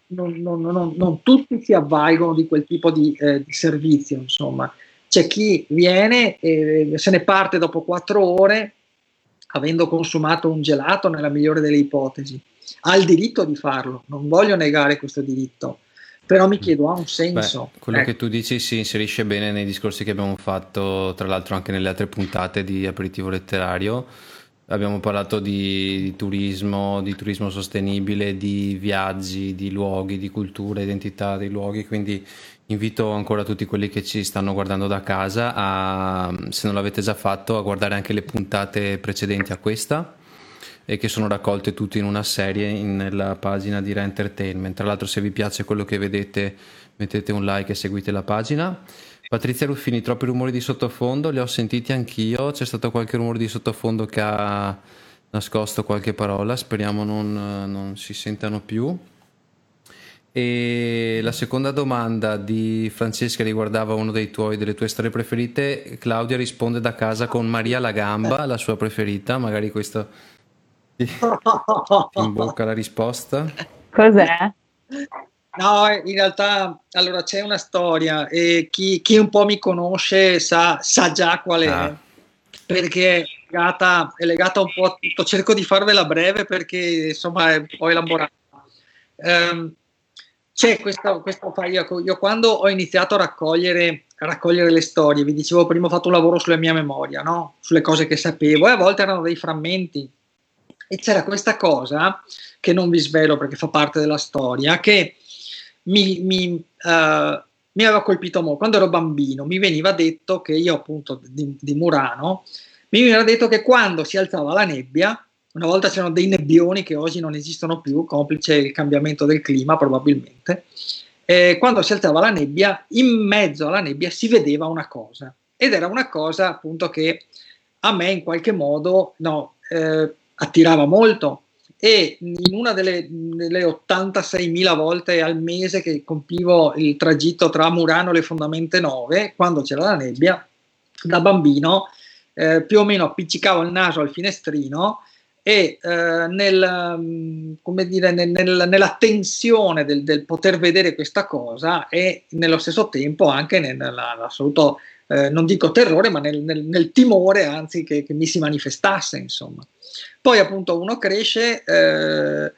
non, non, non, non tutti si avvalgono di quel tipo di, eh, di servizio, insomma. C'è chi viene e se ne parte dopo quattro ore avendo consumato un gelato, nella migliore delle ipotesi. Ha il diritto di farlo, non voglio negare questo diritto, però mi chiedo, ha un senso? Beh, quello ecco. che tu dici si inserisce bene nei discorsi che abbiamo fatto, tra l'altro anche nelle altre puntate di Aperitivo Letterario. Abbiamo parlato di, di turismo, di turismo sostenibile, di viaggi, di luoghi, di cultura, identità dei luoghi, quindi invito ancora tutti quelli che ci stanno guardando da casa a, se non l'avete già fatto, a guardare anche le puntate precedenti a questa e che sono raccolte tutte in una serie in- nella pagina di Re Entertainment. Tra l'altro, se vi piace quello che vedete, mettete un like e seguite la pagina. Patrizia Ruffini, troppi rumori di sottofondo, li ho sentiti anch'io, c'è stato qualche rumore di sottofondo che ha nascosto qualche parola, speriamo non, non si sentano più. E la seconda domanda di Francesca riguardava uno dei tuoi, delle tue storie preferite. Claudia risponde da casa con Maria la Gamba, la sua preferita, magari questo ti, ti imbocca la risposta. Cos'è? No, in realtà allora c'è una storia e chi, chi un po' mi conosce sa, sa già qual è, Ah. perché è legata, è legata un po' a tutto. Cerco di farvela breve perché insomma è un po' elaborata. Ehm, c'è questo, questo io, io quando ho iniziato a raccogliere, a raccogliere le storie, vi dicevo prima, ho fatto un lavoro sulla mia memoria, no? Sulle cose che sapevo, e a volte erano dei frammenti. E c'era questa cosa che non vi svelo perché fa parte della storia, che mi, mi, uh, mi aveva colpito molto. Quando ero bambino mi veniva detto che io, appunto, di, di Murano, mi veniva detto che quando si alzava la nebbia, una volta c'erano dei nebbioni che oggi non esistono più, complice il cambiamento del clima probabilmente, eh, quando si alzava la nebbia, in mezzo alla nebbia si vedeva una cosa, ed era una cosa appunto che a me in qualche modo no, eh, attirava molto, e in una delle, delle ottantaseimila volte al mese che compivo il tragitto tra Murano e le Fondamente Nove, quando c'era la nebbia, da bambino eh, più o meno appiccicavo il naso al finestrino e eh, nel, come dire, nel, nel, nella tensione del, del poter vedere questa cosa e nello stesso tempo anche nell'assoluto, eh, non dico terrore, ma nel, nel, nel timore anzi che, che mi si manifestasse, insomma. Poi appunto uno cresce, eh,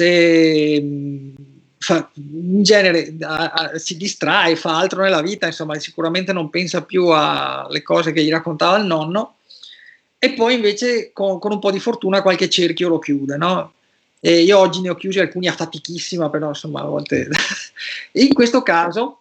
se fa, in genere a, a, si distrae, fa altro nella vita, insomma sicuramente non pensa più alle cose che gli raccontava il nonno, e poi invece con, con un po' di fortuna qualche cerchio lo chiude, no? E io oggi ne ho chiusi alcuni a fatichissima, però insomma a volte in questo caso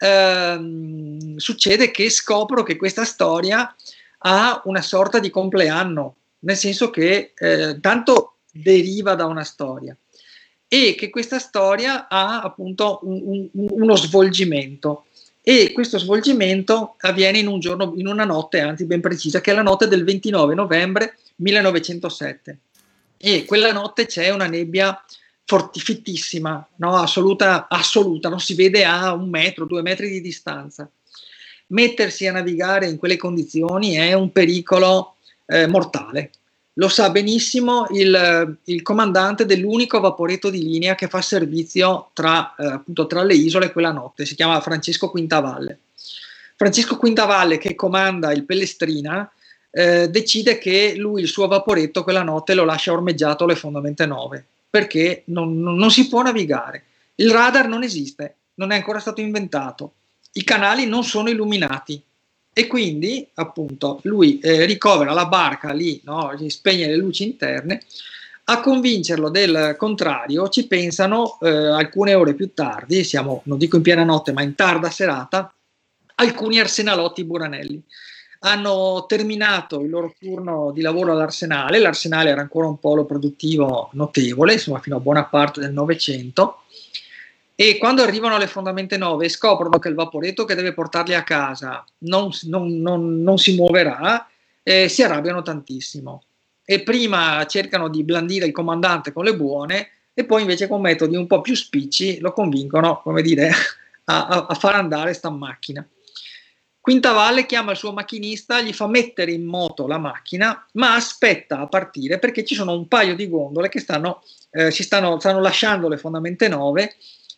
ehm, succede che scopro che questa storia ha una sorta di compleanno, nel senso che eh, tanto deriva da una storia e che questa storia ha appunto un, un, uno svolgimento, e questo svolgimento avviene in un giorno, in una notte anzi ben precisa, che è la notte del ventinove novembre millenovecentosette, e quella notte c'è una nebbia fortifittissima, no? assoluta, assoluta, non si vede a un metro, due metri di distanza. Mettersi a navigare in quelle condizioni è un pericolo eh, mortale. Lo sa benissimo il, il comandante dell'unico vaporetto di linea che fa servizio tra, eh, appunto, tra le isole quella notte, si chiama Francesco Quintavalle. Francesco Quintavalle, che comanda il Pellestrina, eh, decide che lui il suo vaporetto quella notte lo lascia ormeggiato alle Fondamente Nove, perché non, non, non si può navigare. Il radar non esiste, non è ancora stato inventato, i canali non sono illuminati, e quindi appunto lui eh, ricovera la barca lì, no? Gli spegne le luci interne. A convincerlo del contrario ci pensano eh, alcune ore più tardi, siamo non dico in piena notte ma in tarda serata, alcuni arsenalotti buranelli. Hanno terminato il loro turno di lavoro all'arsenale, l'arsenale era ancora un polo produttivo notevole, insomma fino a buona parte del Novecento, e quando arrivano alle Fondamente Nove e scoprono che il vaporetto che deve portarli a casa non, non, non, non si muoverà, eh, si arrabbiano tantissimo, e prima cercano di blandire il comandante con le buone e poi invece con metodi un po' più spicci lo convincono, come dire, a, a, a far andare sta macchina. Quintavalle chiama il suo macchinista, gli fa mettere in moto la macchina, ma aspetta a partire perché ci sono un paio di gondole che stanno, eh, si stanno, stanno lasciando le Fondamente Nove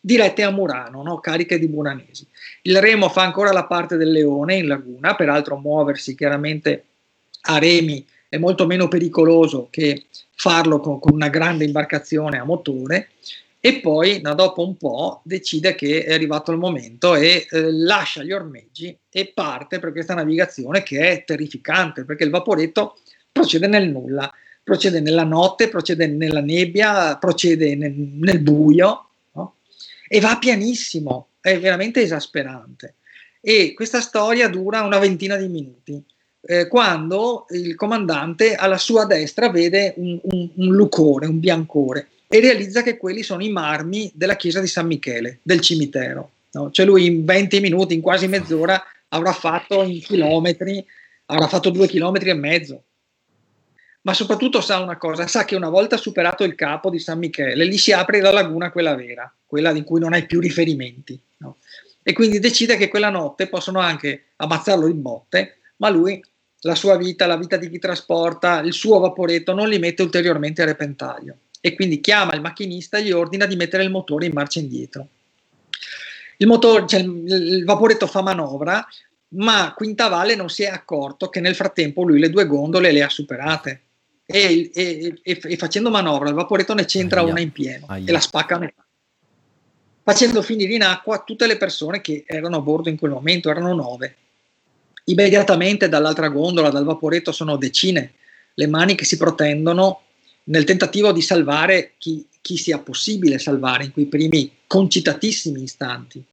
dirette a Murano, no? Cariche di muranesi. Il remo fa ancora la parte del leone in laguna, peraltro muoversi chiaramente a remi è molto meno pericoloso che farlo con, con una grande imbarcazione a motore, e poi no, dopo un po' decide che è arrivato il momento e eh, lascia gli ormeggi e parte per questa navigazione che è terrificante, perché il vaporetto procede nel nulla, procede nella notte, procede nella nebbia, procede nel, nel buio, no? E va pianissimo, è veramente esasperante. E questa storia dura una ventina di minuti, eh, quando il comandante alla sua destra vede un, un, un lucore, un biancore, e realizza che quelli sono i marmi della chiesa di San Michele, del cimitero, no? Cioè lui in venti minuti, in quasi mezz'ora, avrà fatto in chilometri, avrà fatto due chilometri e mezzo. Ma soprattutto sa una cosa, sa che una volta superato il capo di San Michele, lì si apre la laguna, quella vera, quella in cui non hai più riferimenti, no? E quindi decide che quella notte possono anche ammazzarlo di botte, ma lui, la sua vita, la vita di chi trasporta, il suo vaporetto non li mette ulteriormente a repentaglio. E quindi chiama il macchinista e gli ordina di mettere il motore in marcia indietro. Il, motore, cioè il, il vaporetto fa manovra, ma Quintavalle non si è accorto che nel frattempo lui le due gondole le ha superate, e, e, e, e facendo manovra il vaporetto ne centra Aia. una in pieno Aia. e la spacca a metà, facendo finire in acqua tutte le persone che erano a bordo in quel momento. Erano nove. Immediatamente dall'altra gondola, dal vaporetto, sono decine le mani che si protendono nel tentativo di salvare chi, chi sia possibile salvare in quei primi concitatissimi istanti.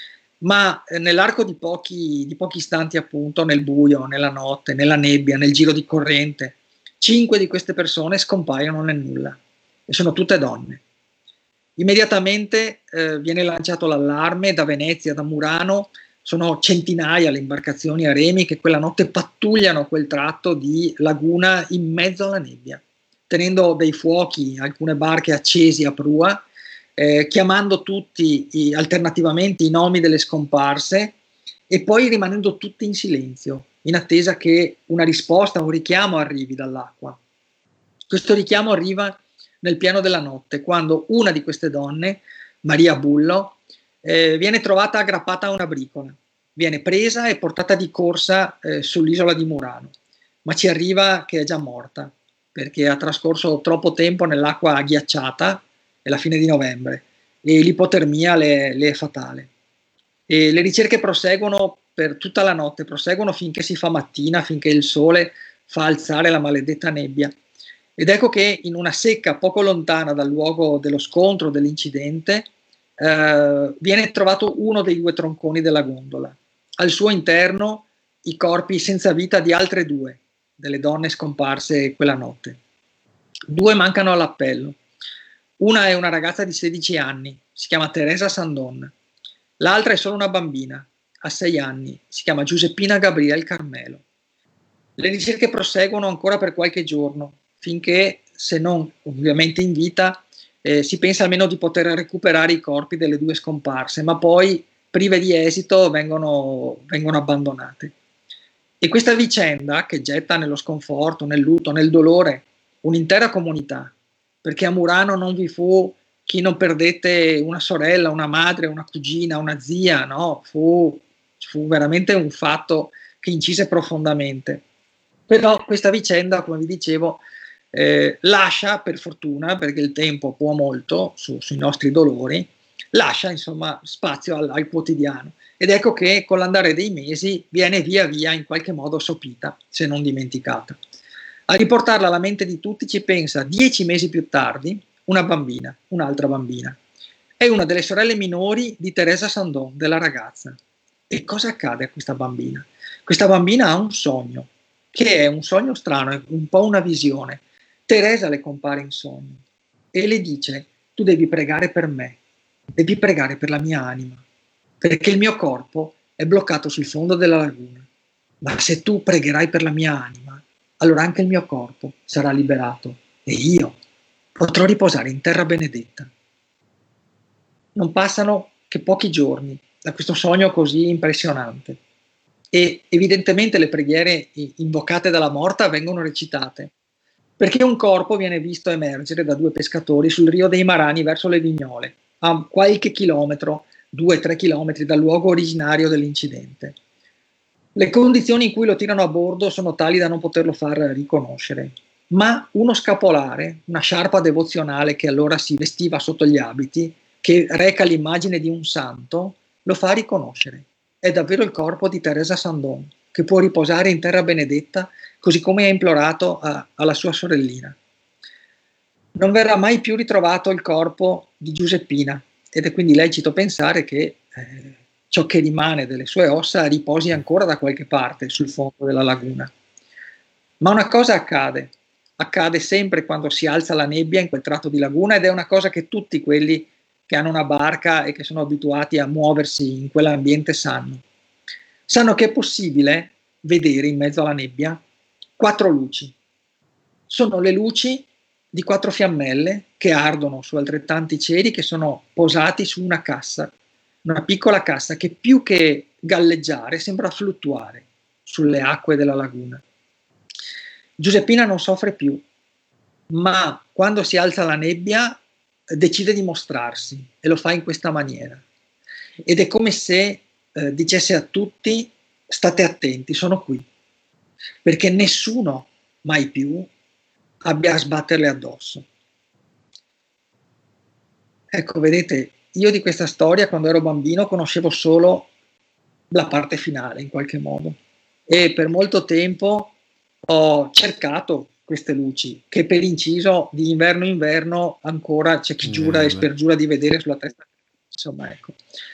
Ma eh, nell'arco di pochi, di pochi istanti, appunto, nel buio, nella notte, nella nebbia, nel giro di corrente, cinque di queste persone scompaiono nel nulla, e sono tutte donne. Immediatamente eh, viene lanciato l'allarme da Venezia, da Murano. Sono centinaia le imbarcazioni a remi che quella notte pattugliano quel tratto di laguna in mezzo alla nebbia, tenendo dei fuochi, alcune barche accesi a prua, eh, chiamando tutti i, alternativamente i nomi delle scomparse, e poi rimanendo tutti in silenzio, in attesa che una risposta, un richiamo arrivi dall'acqua. Questo richiamo arriva nel pieno della notte, quando una di queste donne, Maria Bullo, eh, viene trovata aggrappata a una bricola, viene presa e portata di corsa eh, sull'isola di Murano, ma ci arriva che è già morta, perché ha trascorso troppo tempo nell'acqua ghiacciata, è la fine di novembre, e l'ipotermia le, le è fatale. E le ricerche proseguono per tutta la notte, proseguono finché si fa mattina, finché il sole fa alzare la maledetta nebbia. Ed ecco che in una secca poco lontana dal luogo dello scontro, dell'incidente, eh, viene trovato uno dei due tronconi della gondola. Al suo interno i corpi senza vita di altre due delle donne scomparse quella notte. Due mancano all'appello. Una è una ragazza di sedici anni, si chiama Teresa Sandon. L'altra è solo una bambina, a sei anni, si chiama Giuseppina Gabriel Carmelo. Le ricerche proseguono ancora per qualche giorno, finché, se non ovviamente in vita, eh, si pensa almeno di poter recuperare i corpi delle due scomparse, ma poi, prive di esito, vengono, vengono abbandonate. E questa vicenda, che getta nello sconforto, nel lutto, nel dolore, un'intera comunità, perché a Murano non vi fu chi non perdette una sorella, una madre, una cugina, una zia, no? Fu, fu veramente un fatto che incise profondamente. Però questa vicenda, come vi dicevo, eh, lascia, per fortuna, perché il tempo può molto su, sui nostri dolori, lascia insomma spazio al, al quotidiano. Ed ecco che con l'andare dei mesi viene via via in qualche modo sopita, se non dimenticata. A riportarla alla mente di tutti ci pensa dieci mesi più tardi una bambina, un'altra bambina. È una delle sorelle minori di Teresa Sandon, della ragazza. E cosa accade a questa bambina? Questa bambina ha un sogno, che è un sogno strano, è un po' una visione. Teresa le compare in sogno e le dice: tu devi pregare per me, devi pregare per la mia anima, perché il mio corpo è bloccato sul fondo della laguna. Ma se tu pregherai per la mia anima, allora anche il mio corpo sarà liberato e io potrò riposare in terra benedetta. Non passano che pochi giorni da questo sogno così impressionante e evidentemente le preghiere invocate dalla morta vengono recitate, perché un corpo viene visto emergere da due pescatori sul Rio dei Marani verso le Vignole, a qualche chilometro, due tre chilometri dal luogo originario dell'incidente. Le condizioni in cui lo tirano a bordo sono tali da non poterlo far riconoscere, ma uno scapolare, una sciarpa devozionale che allora si vestiva sotto gli abiti, che reca l'immagine di un santo, lo fa riconoscere. È davvero il corpo di Teresa Sandon, che può riposare in terra benedetta, così come ha implorato a, alla sua sorellina. Non verrà mai più ritrovato il corpo di Giuseppina, ed è quindi lecito pensare che eh, ciò che rimane delle sue ossa riposi ancora da qualche parte sul fondo della laguna. Ma una cosa accade, accade sempre quando si alza la nebbia in quel tratto di laguna, ed è una cosa che tutti quelli che hanno una barca e che sono abituati a muoversi in quell'ambiente sanno. Sanno che è possibile vedere in mezzo alla nebbia quattro luci. Sono le luci di quattro fiammelle che ardono su altrettanti ceri, che sono posati su una cassa, una piccola cassa che più che galleggiare sembra fluttuare sulle acque della laguna. Giuseppina non soffre più, ma quando si alza la nebbia decide di mostrarsi e lo fa in questa maniera. Ed è come se eh, dicesse a tutti: state attenti, sono qui, perché nessuno mai più abbia a sbatterle addosso. Ecco, vedete, io di questa storia quando ero bambino conoscevo solo la parte finale in qualche modo, e per molto tempo ho cercato queste luci che per inciso di inverno in inverno ancora c'è chi giura e spergiura di vedere sulla testa, insomma, ecco.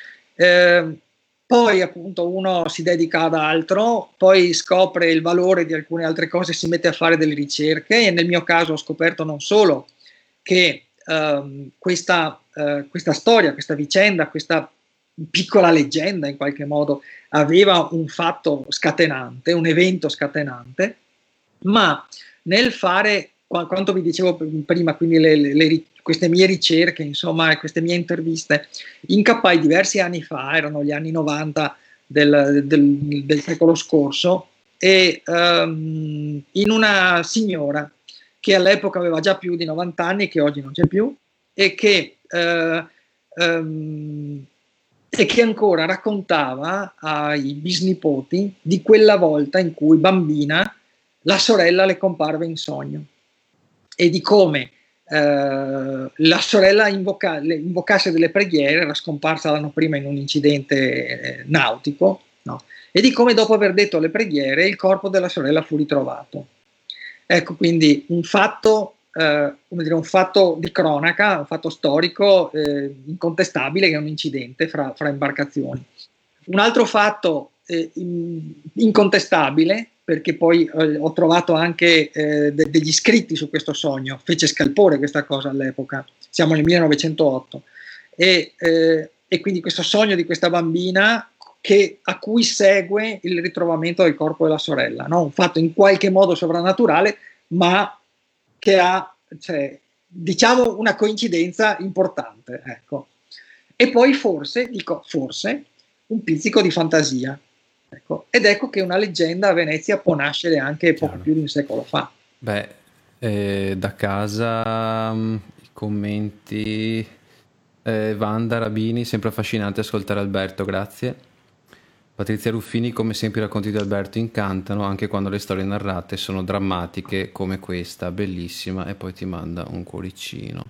Eh, poi appunto uno si dedica ad altro, poi scopre il valore di alcune altre cose, si mette a fare delle ricerche, e nel mio caso ho scoperto non solo che ehm, questa, eh, questa storia, questa vicenda, questa piccola leggenda in qualche modo aveva un fatto scatenante, un evento scatenante, ma nel fare qu- quanto vi dicevo prima, quindi le, le, le, queste mie ricerche, insomma, queste mie interviste, incappai diversi anni fa, erano gli anni novanta del, del, del secolo scorso, e um, in una signora che all'epoca aveva già più di novanta anni, che oggi non c'è più, e che, uh, um, e che ancora raccontava ai bisnipoti di quella volta in cui, bambina, la sorella le comparve in sogno, e di come eh, la sorella invoca, le, invocasse delle preghiere, era scomparsa l'anno prima in un incidente eh, nautico, no? E di come dopo aver detto le preghiere il corpo della sorella fu ritrovato. Ecco, quindi un fatto, eh, come dire, un fatto di cronaca, un fatto storico eh, incontestabile, che è un incidente fra, fra imbarcazioni. Un altro fatto eh, in, incontestabile, perché poi eh, ho trovato anche eh, de- degli scritti su questo sogno, fece scalpore questa cosa all'epoca, siamo nel millenovecentootto, e, eh, e quindi questo sogno di questa bambina che, a cui segue il ritrovamento del corpo della sorella, no? Un fatto in qualche modo sovrannaturale, ma che ha, cioè, diciamo, una coincidenza importante, ecco. E poi forse, dico forse, un pizzico di fantasia. Ecco. Ed ecco che una leggenda a Venezia può nascere anche poco più di un secolo fa. Beh, eh, da casa um, i commenti, eh, Wanda Rabini, sempre affascinante ascoltare Alberto, grazie. Patrizia Ruffini, come sempre i racconti di Alberto incantano, anche quando le storie narrate sono drammatiche come questa, bellissima, e poi ti manda un cuoricino.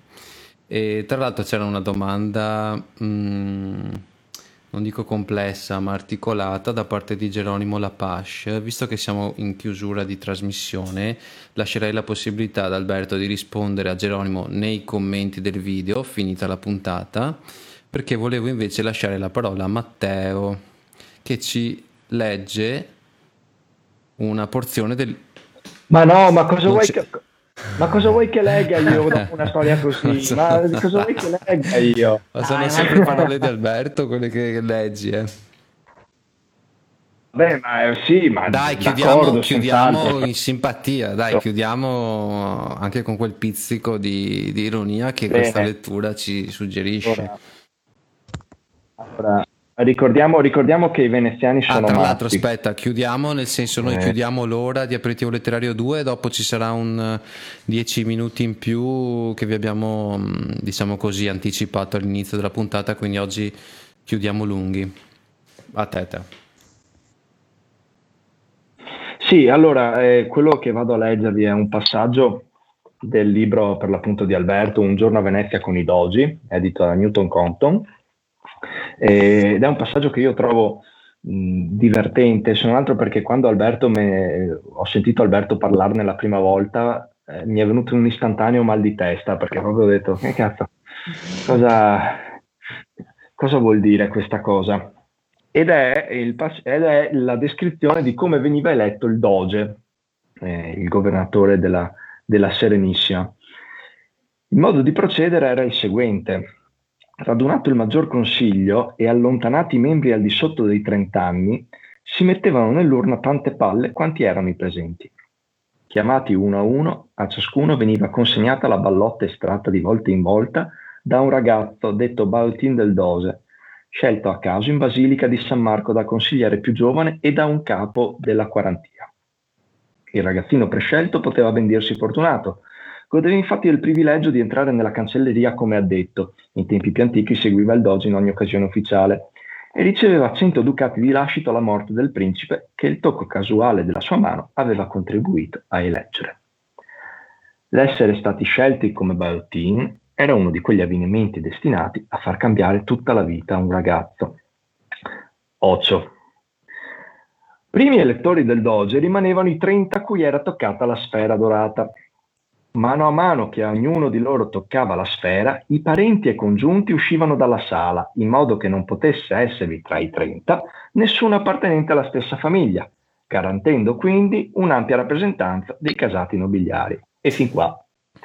E tra l'altro c'era una domanda... Mm, non dico complessa, ma articolata, da parte di Geronimo Lapasce. Visto che siamo in chiusura di trasmissione, lascerei la possibilità ad Alberto di rispondere a Geronimo nei commenti del video, finita la puntata, perché volevo invece lasciare la parola a Matteo, che ci legge una porzione del... Ma no, ma cosa vuoi che... Ma cosa vuoi che legga io dopo una storia così? So. Ma cosa vuoi che legga io? Ma sono ah, sempre no. parole di Alberto quelle che leggi, eh. Beh, ma sì, ma dai, chiudiamo, chiudiamo in simpatia, dai, so. chiudiamo anche con quel pizzico di, di ironia che Bene. questa lettura ci suggerisce. Allora, allora Ricordiamo, ricordiamo che i veneziani sono ah, tra matti. l'altro, aspetta, chiudiamo, nel senso noi Eh. chiudiamo l'ora di aperitivo letterario due, dopo ci sarà un dieci minuti in più che vi abbiamo, mh, diciamo così, anticipato all'inizio della puntata, quindi oggi chiudiamo lunghi. A te, te. Sì, allora, eh, quello che vado a leggervi è un passaggio del libro, per l'appunto, di Alberto, Un giorno a Venezia con i dogi, edito da Newton Compton, ed è un passaggio che io trovo mh, divertente, se non altro perché quando Alberto me, ho sentito Alberto parlarne la prima volta, eh, mi è venuto un istantaneo mal di testa, perché proprio ho detto, che cazzo, cosa, cosa vuol dire questa cosa? Ed è, il, ed è la descrizione di come veniva eletto il Doge, eh, il governatore della, della Serenissima. Il modo di procedere era il seguente: radunato il maggior consiglio e allontanati i membri al di sotto dei trenta anni, si mettevano nell'urna tante palle quanti erano i presenti. Chiamati uno a uno, a ciascuno veniva consegnata la ballotta estratta di volta in volta da un ragazzo detto Baltin del Doge, scelto a caso in Basilica di San Marco da consigliere più giovane e da un capo della quarantina. Il ragazzino prescelto poteva ben dirsi fortunato. Godeva infatti del privilegio di entrare nella cancelleria come addetto. In tempi più antichi seguiva il doge in ogni occasione ufficiale e riceveva cento ducati di lascito alla morte del principe che il tocco casuale della sua mano aveva contribuito a eleggere. L'essere stati scelti come Baltin era uno di quegli avvenimenti destinati a far cambiare tutta la vita a un ragazzo. Ocio. Primi elettori del doge rimanevano i trenta a cui era toccata la sfera dorata. Mano a mano che a ognuno di loro toccava la sfera, i parenti e congiunti uscivano dalla sala, in modo che non potesse esservi tra i trenta nessuno appartenente alla stessa famiglia, garantendo quindi un'ampia rappresentanza dei casati nobiliari. E fin qua.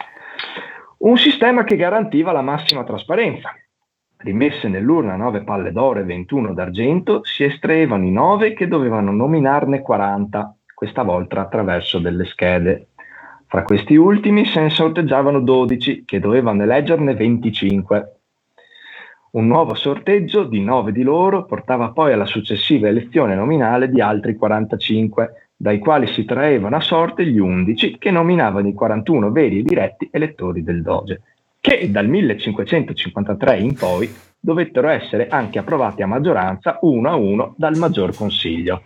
Un sistema che garantiva la massima trasparenza. Rimesse nell'urna nove palle d'oro e ventuno d'argento, si estraevano i nove che dovevano nominarne quaranta, questa volta attraverso delle schede. Fra questi ultimi se ne sorteggiavano dodici, che dovevano eleggerne venticinque. Un nuovo sorteggio di nove di loro portava poi alla successiva elezione nominale di altri quarantacinque, dai quali si traevano a sorte gli undici che nominavano i quarantuno veri e diretti elettori del doge, che dal millecinquecentocinquantatré in poi dovettero essere anche approvati a maggioranza uno a uno dal maggior consiglio.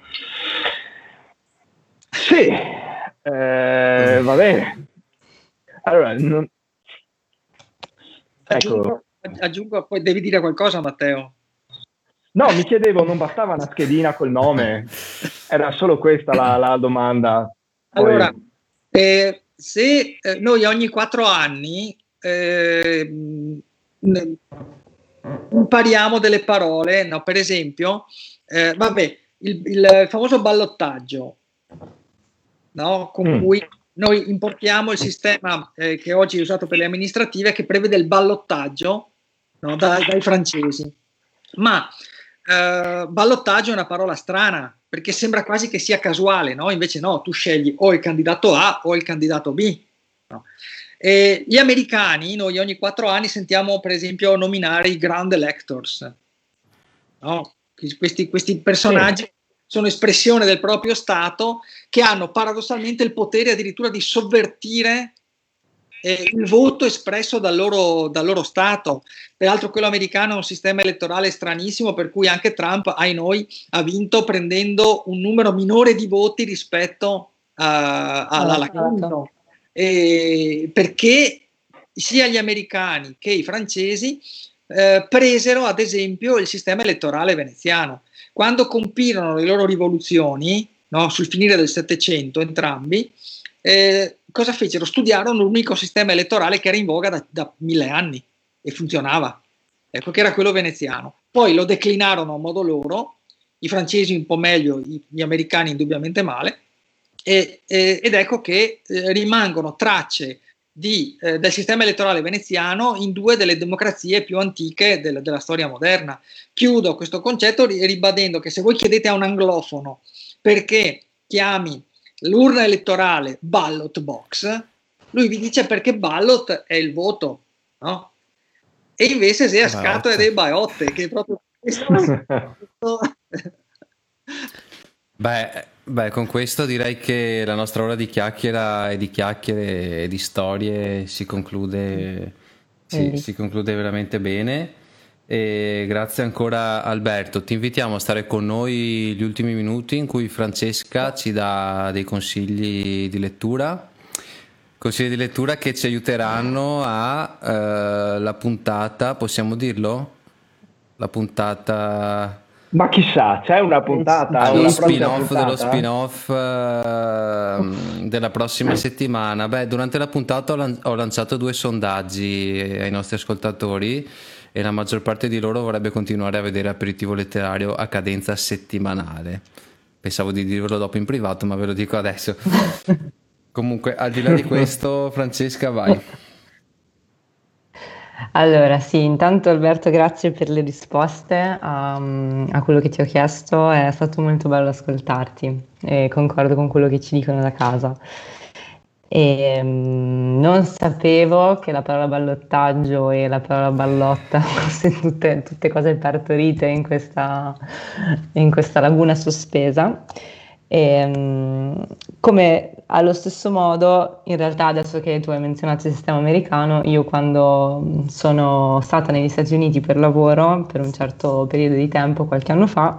Sì, eh, va bene. Allora, non... aggiungo, ecco. aggiungo, poi devi dire qualcosa, Matteo. No, mi chiedevo, non bastava una schedina col nome? Era solo questa la, la domanda. Poi... Allora, eh, se eh, noi ogni quattro anni eh, impariamo delle parole, no? Per esempio, eh, vabbè, il, il famoso ballottaggio, no? Con mm. cui noi importiamo il sistema eh, che oggi è usato per le amministrative, che prevede il ballottaggio, no? da, dai francesi. Ma Uh, ballottaggio è una parola strana perché sembra quasi che sia casuale, no? Invece no, tu scegli o il candidato A o il candidato B, no? E gli americani, noi ogni quattro anni sentiamo per esempio nominare i grand electors, no? Questi, questi personaggi sì. sono espressione del proprio stato, che hanno paradossalmente il potere addirittura di sovvertire Eh, il voto espresso dal loro, dal loro Stato. Peraltro quello americano è un sistema elettorale stranissimo, per cui anche Trump, ai noi, ha vinto prendendo un numero minore di voti rispetto a, alla, alla Clinton, e perché sia gli americani che i francesi eh, presero ad esempio il sistema elettorale veneziano. Quando compirono le loro rivoluzioni, no, sul finire del Settecento, entrambi, Eh, cosa fecero? Studiarono l'unico sistema elettorale che era in voga da, da mille anni e funzionava, ecco, che era quello veneziano. Poi lo declinarono a modo loro, i francesi un po' meglio, gli americani indubbiamente male, e, e, ed ecco che eh, rimangono tracce di, eh, del sistema elettorale veneziano in due delle democrazie più antiche del, della storia moderna. Chiudo questo concetto ribadendo che se voi chiedete a un anglofono perché chiami l'urna elettorale ballot box, lui vi dice perché ballot è il voto, no? E invece se a scatole dei baiotte, che proprio Beh, beh, con questo direi che la nostra ora di chiacchiera e di chiacchiere e di storie si conclude, sì, si conclude veramente bene. E grazie ancora Alberto, ti invitiamo a stare con noi gli ultimi minuti in cui Francesca ci dà dei consigli di lettura, consigli di lettura che ci aiuteranno a eh, la puntata, possiamo dirlo? La puntata... Ma chissà, c'è una puntata, Allo una spin-off puntata? dello spin-off eh, della prossima settimana. Beh, durante la puntata ho, lan- ho lanciato due sondaggi ai nostri ascoltatori e la maggior parte di loro vorrebbe continuare a vedere Aperitivo Letterario a cadenza settimanale. Pensavo di dirvelo dopo in privato, ma ve lo dico adesso. Comunque, al di là di questo, Francesca, vai. Allora, sì, intanto Alberto, grazie per le risposte a, a quello che ti ho chiesto, è stato molto bello ascoltarti e concordo con quello che ci dicono da casa. E, mm, non sapevo che la parola ballottaggio e la parola ballotta fossero tutte, tutte cose partorite in questa, in questa laguna sospesa. E, mm, come allo stesso modo, in realtà, adesso che tu hai menzionato il sistema americano, io quando sono stata negli Stati Uniti per lavoro per un certo periodo di tempo, qualche anno fa,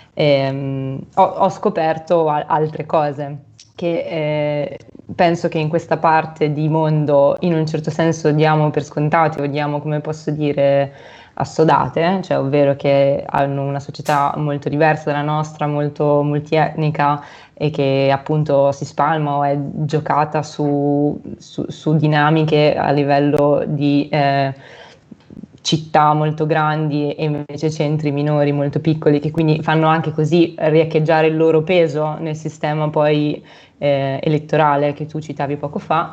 ehm, ho, ho scoperto a- altre cose che eh, penso che in questa parte di mondo in un certo senso diamo per scontate o diamo, come posso dire, assodate, cioè ovvero che hanno una società molto diversa dalla nostra, molto multietnica e che appunto si spalma o è giocata su, su, su dinamiche a livello di eh, città molto grandi e invece centri minori molto piccoli che quindi fanno anche così riecheggiare il loro peso nel sistema poi eh, elettorale che tu citavi poco fa.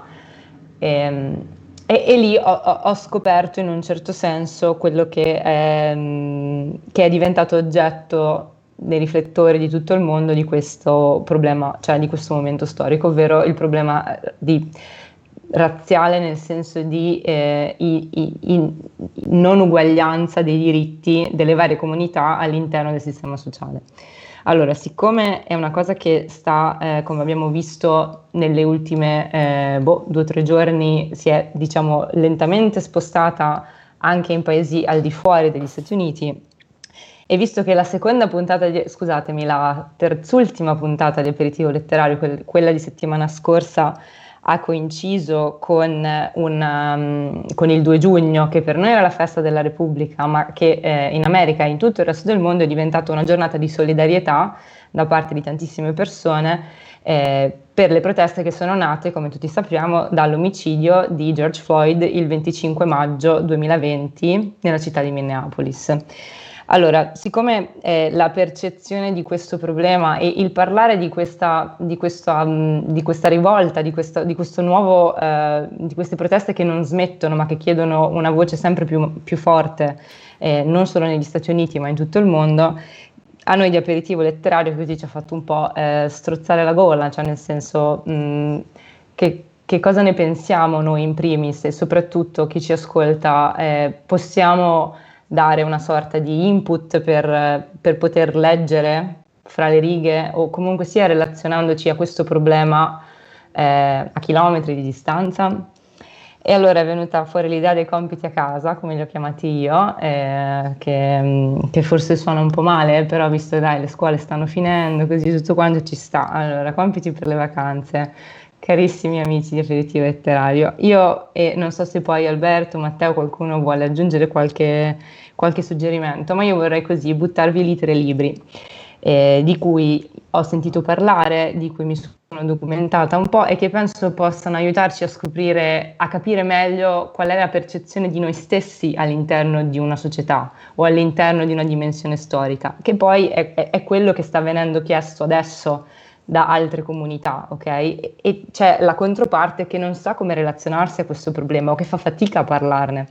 E, e, e lì ho, ho, scoperto in un certo senso quello che è, che è diventato oggetto dei riflettori di tutto il mondo di questo problema, cioè di questo momento storico, ovvero il problema di razziale nel senso di eh, i, i, i non uguaglianza dei diritti delle varie comunità all'interno del sistema sociale. Allora, siccome è una cosa che sta, eh, come abbiamo visto nelle ultime eh, boh, due o tre giorni, si è diciamo lentamente spostata anche in paesi al di fuori degli Stati Uniti, e visto che la seconda puntata, di, scusatemi, la terzultima puntata di Aperitivo Letterario, quel, quella di settimana scorsa, ha coinciso con, una, um, con il due giugno, che per noi era la festa della Repubblica, ma che eh, in America e in tutto il resto del mondo è diventata una giornata di solidarietà da parte di tantissime persone eh, per le proteste che sono nate, come tutti sappiamo, dall'omicidio di George Floyd il venticinque maggio duemilaventi nella città di Minneapolis. Allora, siccome eh, la percezione di questo problema e il parlare di questa, di questa, um, di questa rivolta, di, questa, di questo nuovo, eh, di queste proteste che non smettono ma che chiedono una voce sempre più, più forte, eh, non solo negli Stati Uniti ma in tutto il mondo, a noi di Aperitivo Letterario così ci ha fatto un po' eh, strozzare la gola, cioè nel senso mh, che, che cosa ne pensiamo noi in primis e soprattutto chi ci ascolta, eh, possiamo dare una sorta di input per, per poter leggere fra le righe o comunque sia relazionandoci a questo problema eh, a chilometri di distanza. E allora è venuta fuori l'idea dei compiti a casa, come li ho chiamati io, eh, che, che forse suona un po' male, però visto che dai, le scuole stanno finendo, così tutto quanto ci sta. Allora, compiti per le vacanze. Carissimi amici di Aperitivo Letterario, io e non so se poi Alberto, Matteo, qualcuno vuole aggiungere qualche, qualche suggerimento, ma io vorrei così buttarvi lì tre libri eh, di cui ho sentito parlare, di cui mi sono documentata un po' e che penso possano aiutarci a scoprire, a capire meglio qual è la percezione di noi stessi all'interno di una società o all'interno di una dimensione storica, che poi è, è, è quello che sta venendo chiesto adesso da altre comunità, ok? E, e c'è la controparte che non sa come relazionarsi a questo problema o che fa fatica a parlarne.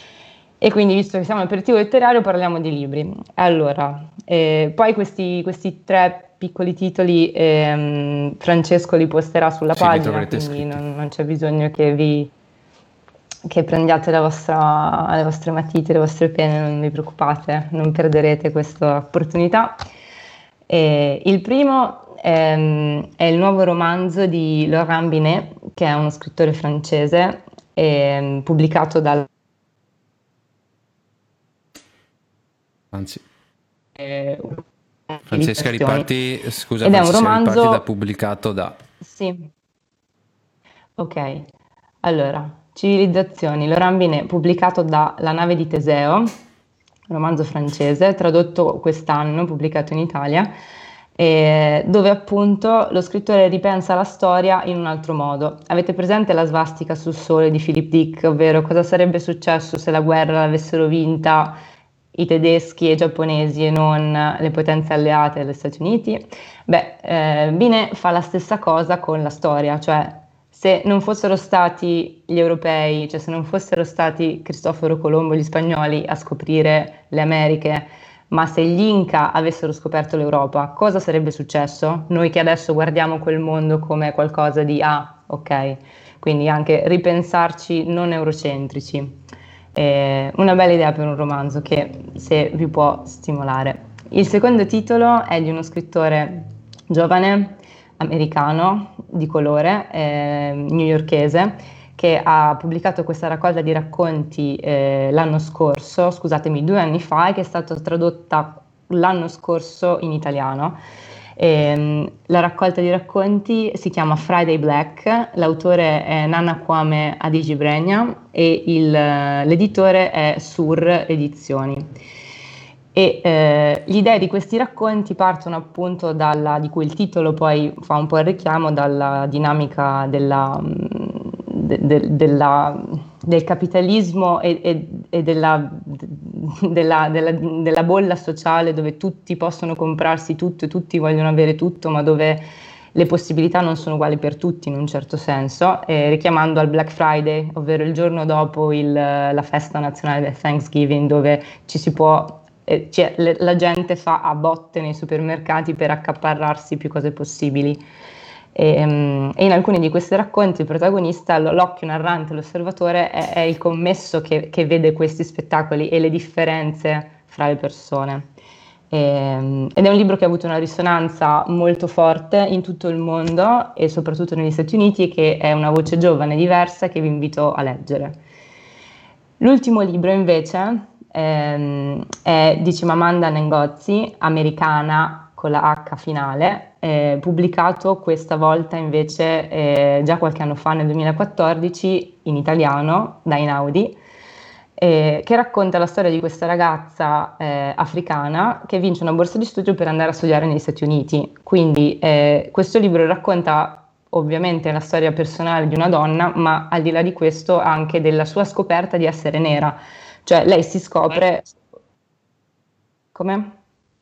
E quindi, visto che siamo in aperitivo letterario, parliamo di libri. Allora, eh, poi questi, questi tre piccoli titoli ehm, Francesco li posterà sulla sì, pagina, quindi non, non c'è bisogno che vi, che prendiate la vostra, le vostre matite, le vostre penne, non vi preoccupate, non perderete questa opportunità. E il primo ehm, è il nuovo romanzo di Laurent Binet, che è uno scrittore francese, ehm, pubblicato dal... Anzi, eh, Francesca Illustrazioni. riparti, scusa Ed è un Francesca, riparti romanzo... da pubblicato da... Sì, ok. Allora, Civilizzazioni, Laurent Binet, pubblicato da La nave di Teseo, romanzo francese, tradotto quest'anno, pubblicato in Italia, eh, dove appunto lo scrittore ripensa la storia in un altro modo. Avete presente la svastica sul sole di Philip Dick, ovvero cosa sarebbe successo se la guerra l'avessero vinta i tedeschi e i giapponesi e non le potenze alleate degli Stati Uniti? Beh, eh, Binet fa la stessa cosa con la storia, cioè se non fossero stati gli europei, cioè se non fossero stati Cristoforo Colombo, gli spagnoli a scoprire le Americhe, ma se gli Inca avessero scoperto l'Europa, cosa sarebbe successo? Noi che adesso guardiamo quel mondo come qualcosa di ah, ok, quindi anche ripensarci non eurocentrici. Eh, una bella idea per un romanzo che se vi può stimolare. Il secondo titolo è di uno scrittore giovane, americano, di colore, eh, newyorkese, che ha pubblicato questa raccolta di racconti eh, l'anno scorso, scusatemi, due anni fa, e che è stata tradotta l'anno scorso in italiano. E, la raccolta di racconti si chiama Friday Black, l'autore è Nana Kwame Adjei-Brenyah e il, l'editore è Sur Edizioni. E eh, gli idee di questi racconti partono appunto dalla, di cui il titolo poi fa un po' il richiamo, dalla dinamica della, de, de, della, del capitalismo e, e, e della, della, della, della bolla sociale dove tutti possono comprarsi tutto e tutti vogliono avere tutto, ma dove le possibilità non sono uguali per tutti in un certo senso, eh, richiamando al Black Friday, ovvero il giorno dopo il, la festa nazionale del Thanksgiving, dove ci si può Eh, cioè, le, la gente fa a botte nei supermercati per accaparrarsi più cose possibili. E, um, e in alcuni di questi racconti il protagonista, l'occhio narrante, l'osservatore, è, è il commesso che, che vede questi spettacoli e le differenze fra le persone. E, um, ed è un libro che ha avuto una risonanza molto forte in tutto il mondo e soprattutto negli Stati Uniti, e che è una voce giovane, diversa, che vi invito a leggere. L'ultimo libro invece è di Chimamanda Ngozi, americana con la H finale, eh, pubblicato questa volta invece eh, già qualche anno fa, nel duemilaquattordici, in italiano, da Einaudi, eh, che racconta la storia di questa ragazza eh, africana che vince una borsa di studio per andare a studiare negli Stati Uniti. Quindi eh, questo libro racconta ovviamente la storia personale di una donna, ma al di là di questo anche della sua scoperta di essere nera. Cioè lei si scopre come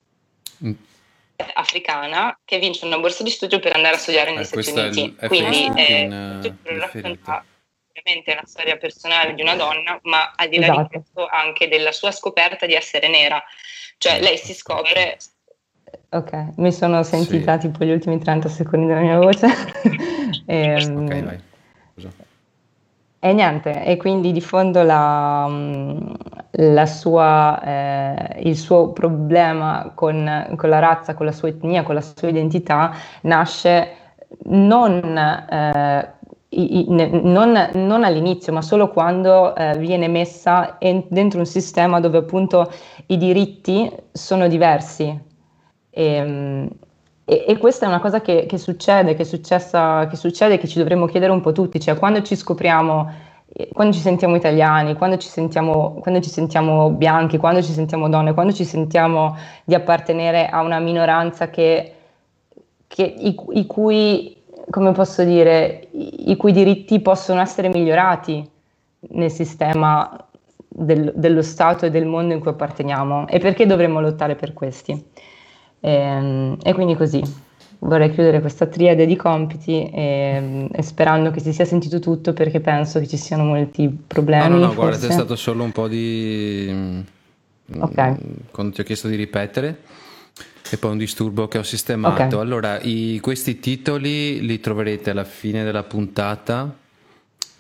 africana che vince una borsa di studio per andare a studiare negli eh, Stati Uniti. È, è Quindi eh, eh, racconta ovviamente la storia personale di una donna, ma al di là esatto. di questo anche della sua scoperta di essere nera. Cioè lei si scopre... Ok, mi sono sentita sì. tipo gli ultimi trenta secondi della mia voce. e, ok, vai. Scusa. E niente, e quindi di fondo la, la sua, eh, il suo problema con, con la razza, con la sua etnia, con la sua identità nasce non, eh, i, i, non, non all'inizio, ma solo quando eh, viene messa in, dentro un sistema dove appunto i diritti sono diversi. E, E, e questa è una cosa che, che succede, che è successa, che succede, che ci dovremmo chiedere un po' tutti, cioè quando ci scopriamo, quando ci sentiamo italiani, quando ci sentiamo, quando ci sentiamo bianchi, quando ci sentiamo donne, quando ci sentiamo di appartenere a una minoranza che, che i, i cui, come posso dire, i, i cui diritti possono essere migliorati nel sistema del, dello Stato e del mondo in cui apparteniamo, e perché dovremmo lottare per questi? E, e quindi così vorrei chiudere questa triade di compiti e, e sperando che si sia sentito tutto, perché penso che ci siano molti problemi. No, no, no, forse. guarda, è stato solo un po' di... Ok. Quando ti ho chiesto di ripetere e poi un disturbo che ho sistemato. Okay. Allora, i, questi titoli li troverete alla fine della puntata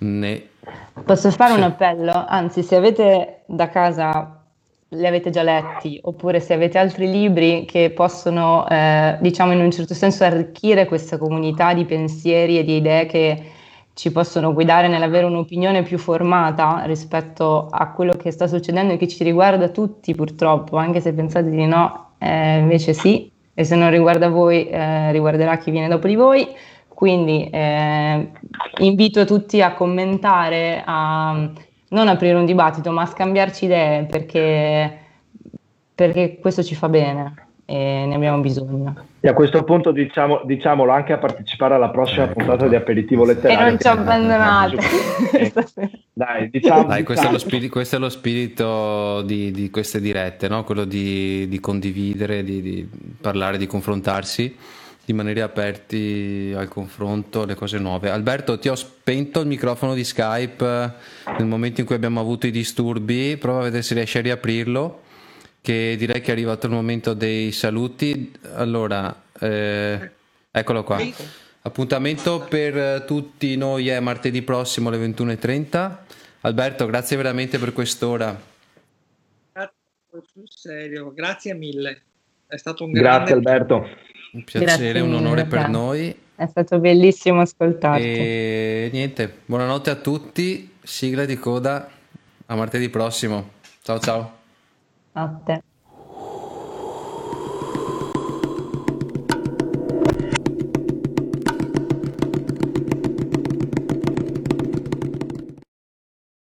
Ne... Posso fare Sì. un appello? Anzi, se avete da casa, li avete già letti, oppure se avete altri libri che possono, eh, diciamo in un certo senso, arricchire questa comunità di pensieri e di idee che ci possono guidare nell'avere un'opinione più formata rispetto a quello che sta succedendo e che ci riguarda tutti purtroppo, anche se pensate di no, eh, invece sì, e se non riguarda voi, eh, riguarderà chi viene dopo di voi. Quindi eh, invito tutti a commentare, a non aprire un dibattito, ma a scambiarci idee perché, perché questo ci fa bene e ne abbiamo bisogno. E a questo punto diciamo, diciamolo anche a partecipare alla prossima Ecco. puntata di Aperitivo E Letterario. non ci abbandonate. Dai, diciamo, Dai, questo, è lo diciamo- spirito, questo è lo spirito di, di queste dirette, no? Quello di, di condividere, di, di parlare, di confrontarsi, di rimanere aperti al confronto, alle cose nuove. Alberto, ti ho spento il microfono di Skype eh, nel momento in cui abbiamo avuto i disturbi. Prova a vedere se riesci a riaprirlo, che direi che è arrivato il momento dei saluti. Allora, eh, eccolo qua. Appuntamento per tutti noi è martedì prossimo alle ventuno e trenta. Alberto, grazie veramente per quest'ora. Grazie, sul serio, grazie mille. È stato un Grazie grande Alberto. Un piacere, Grazie un mille onore a per te. noi. È stato bellissimo ascoltarti. E niente, buonanotte a tutti. Sigla di coda. A martedì prossimo. Ciao ciao. A te.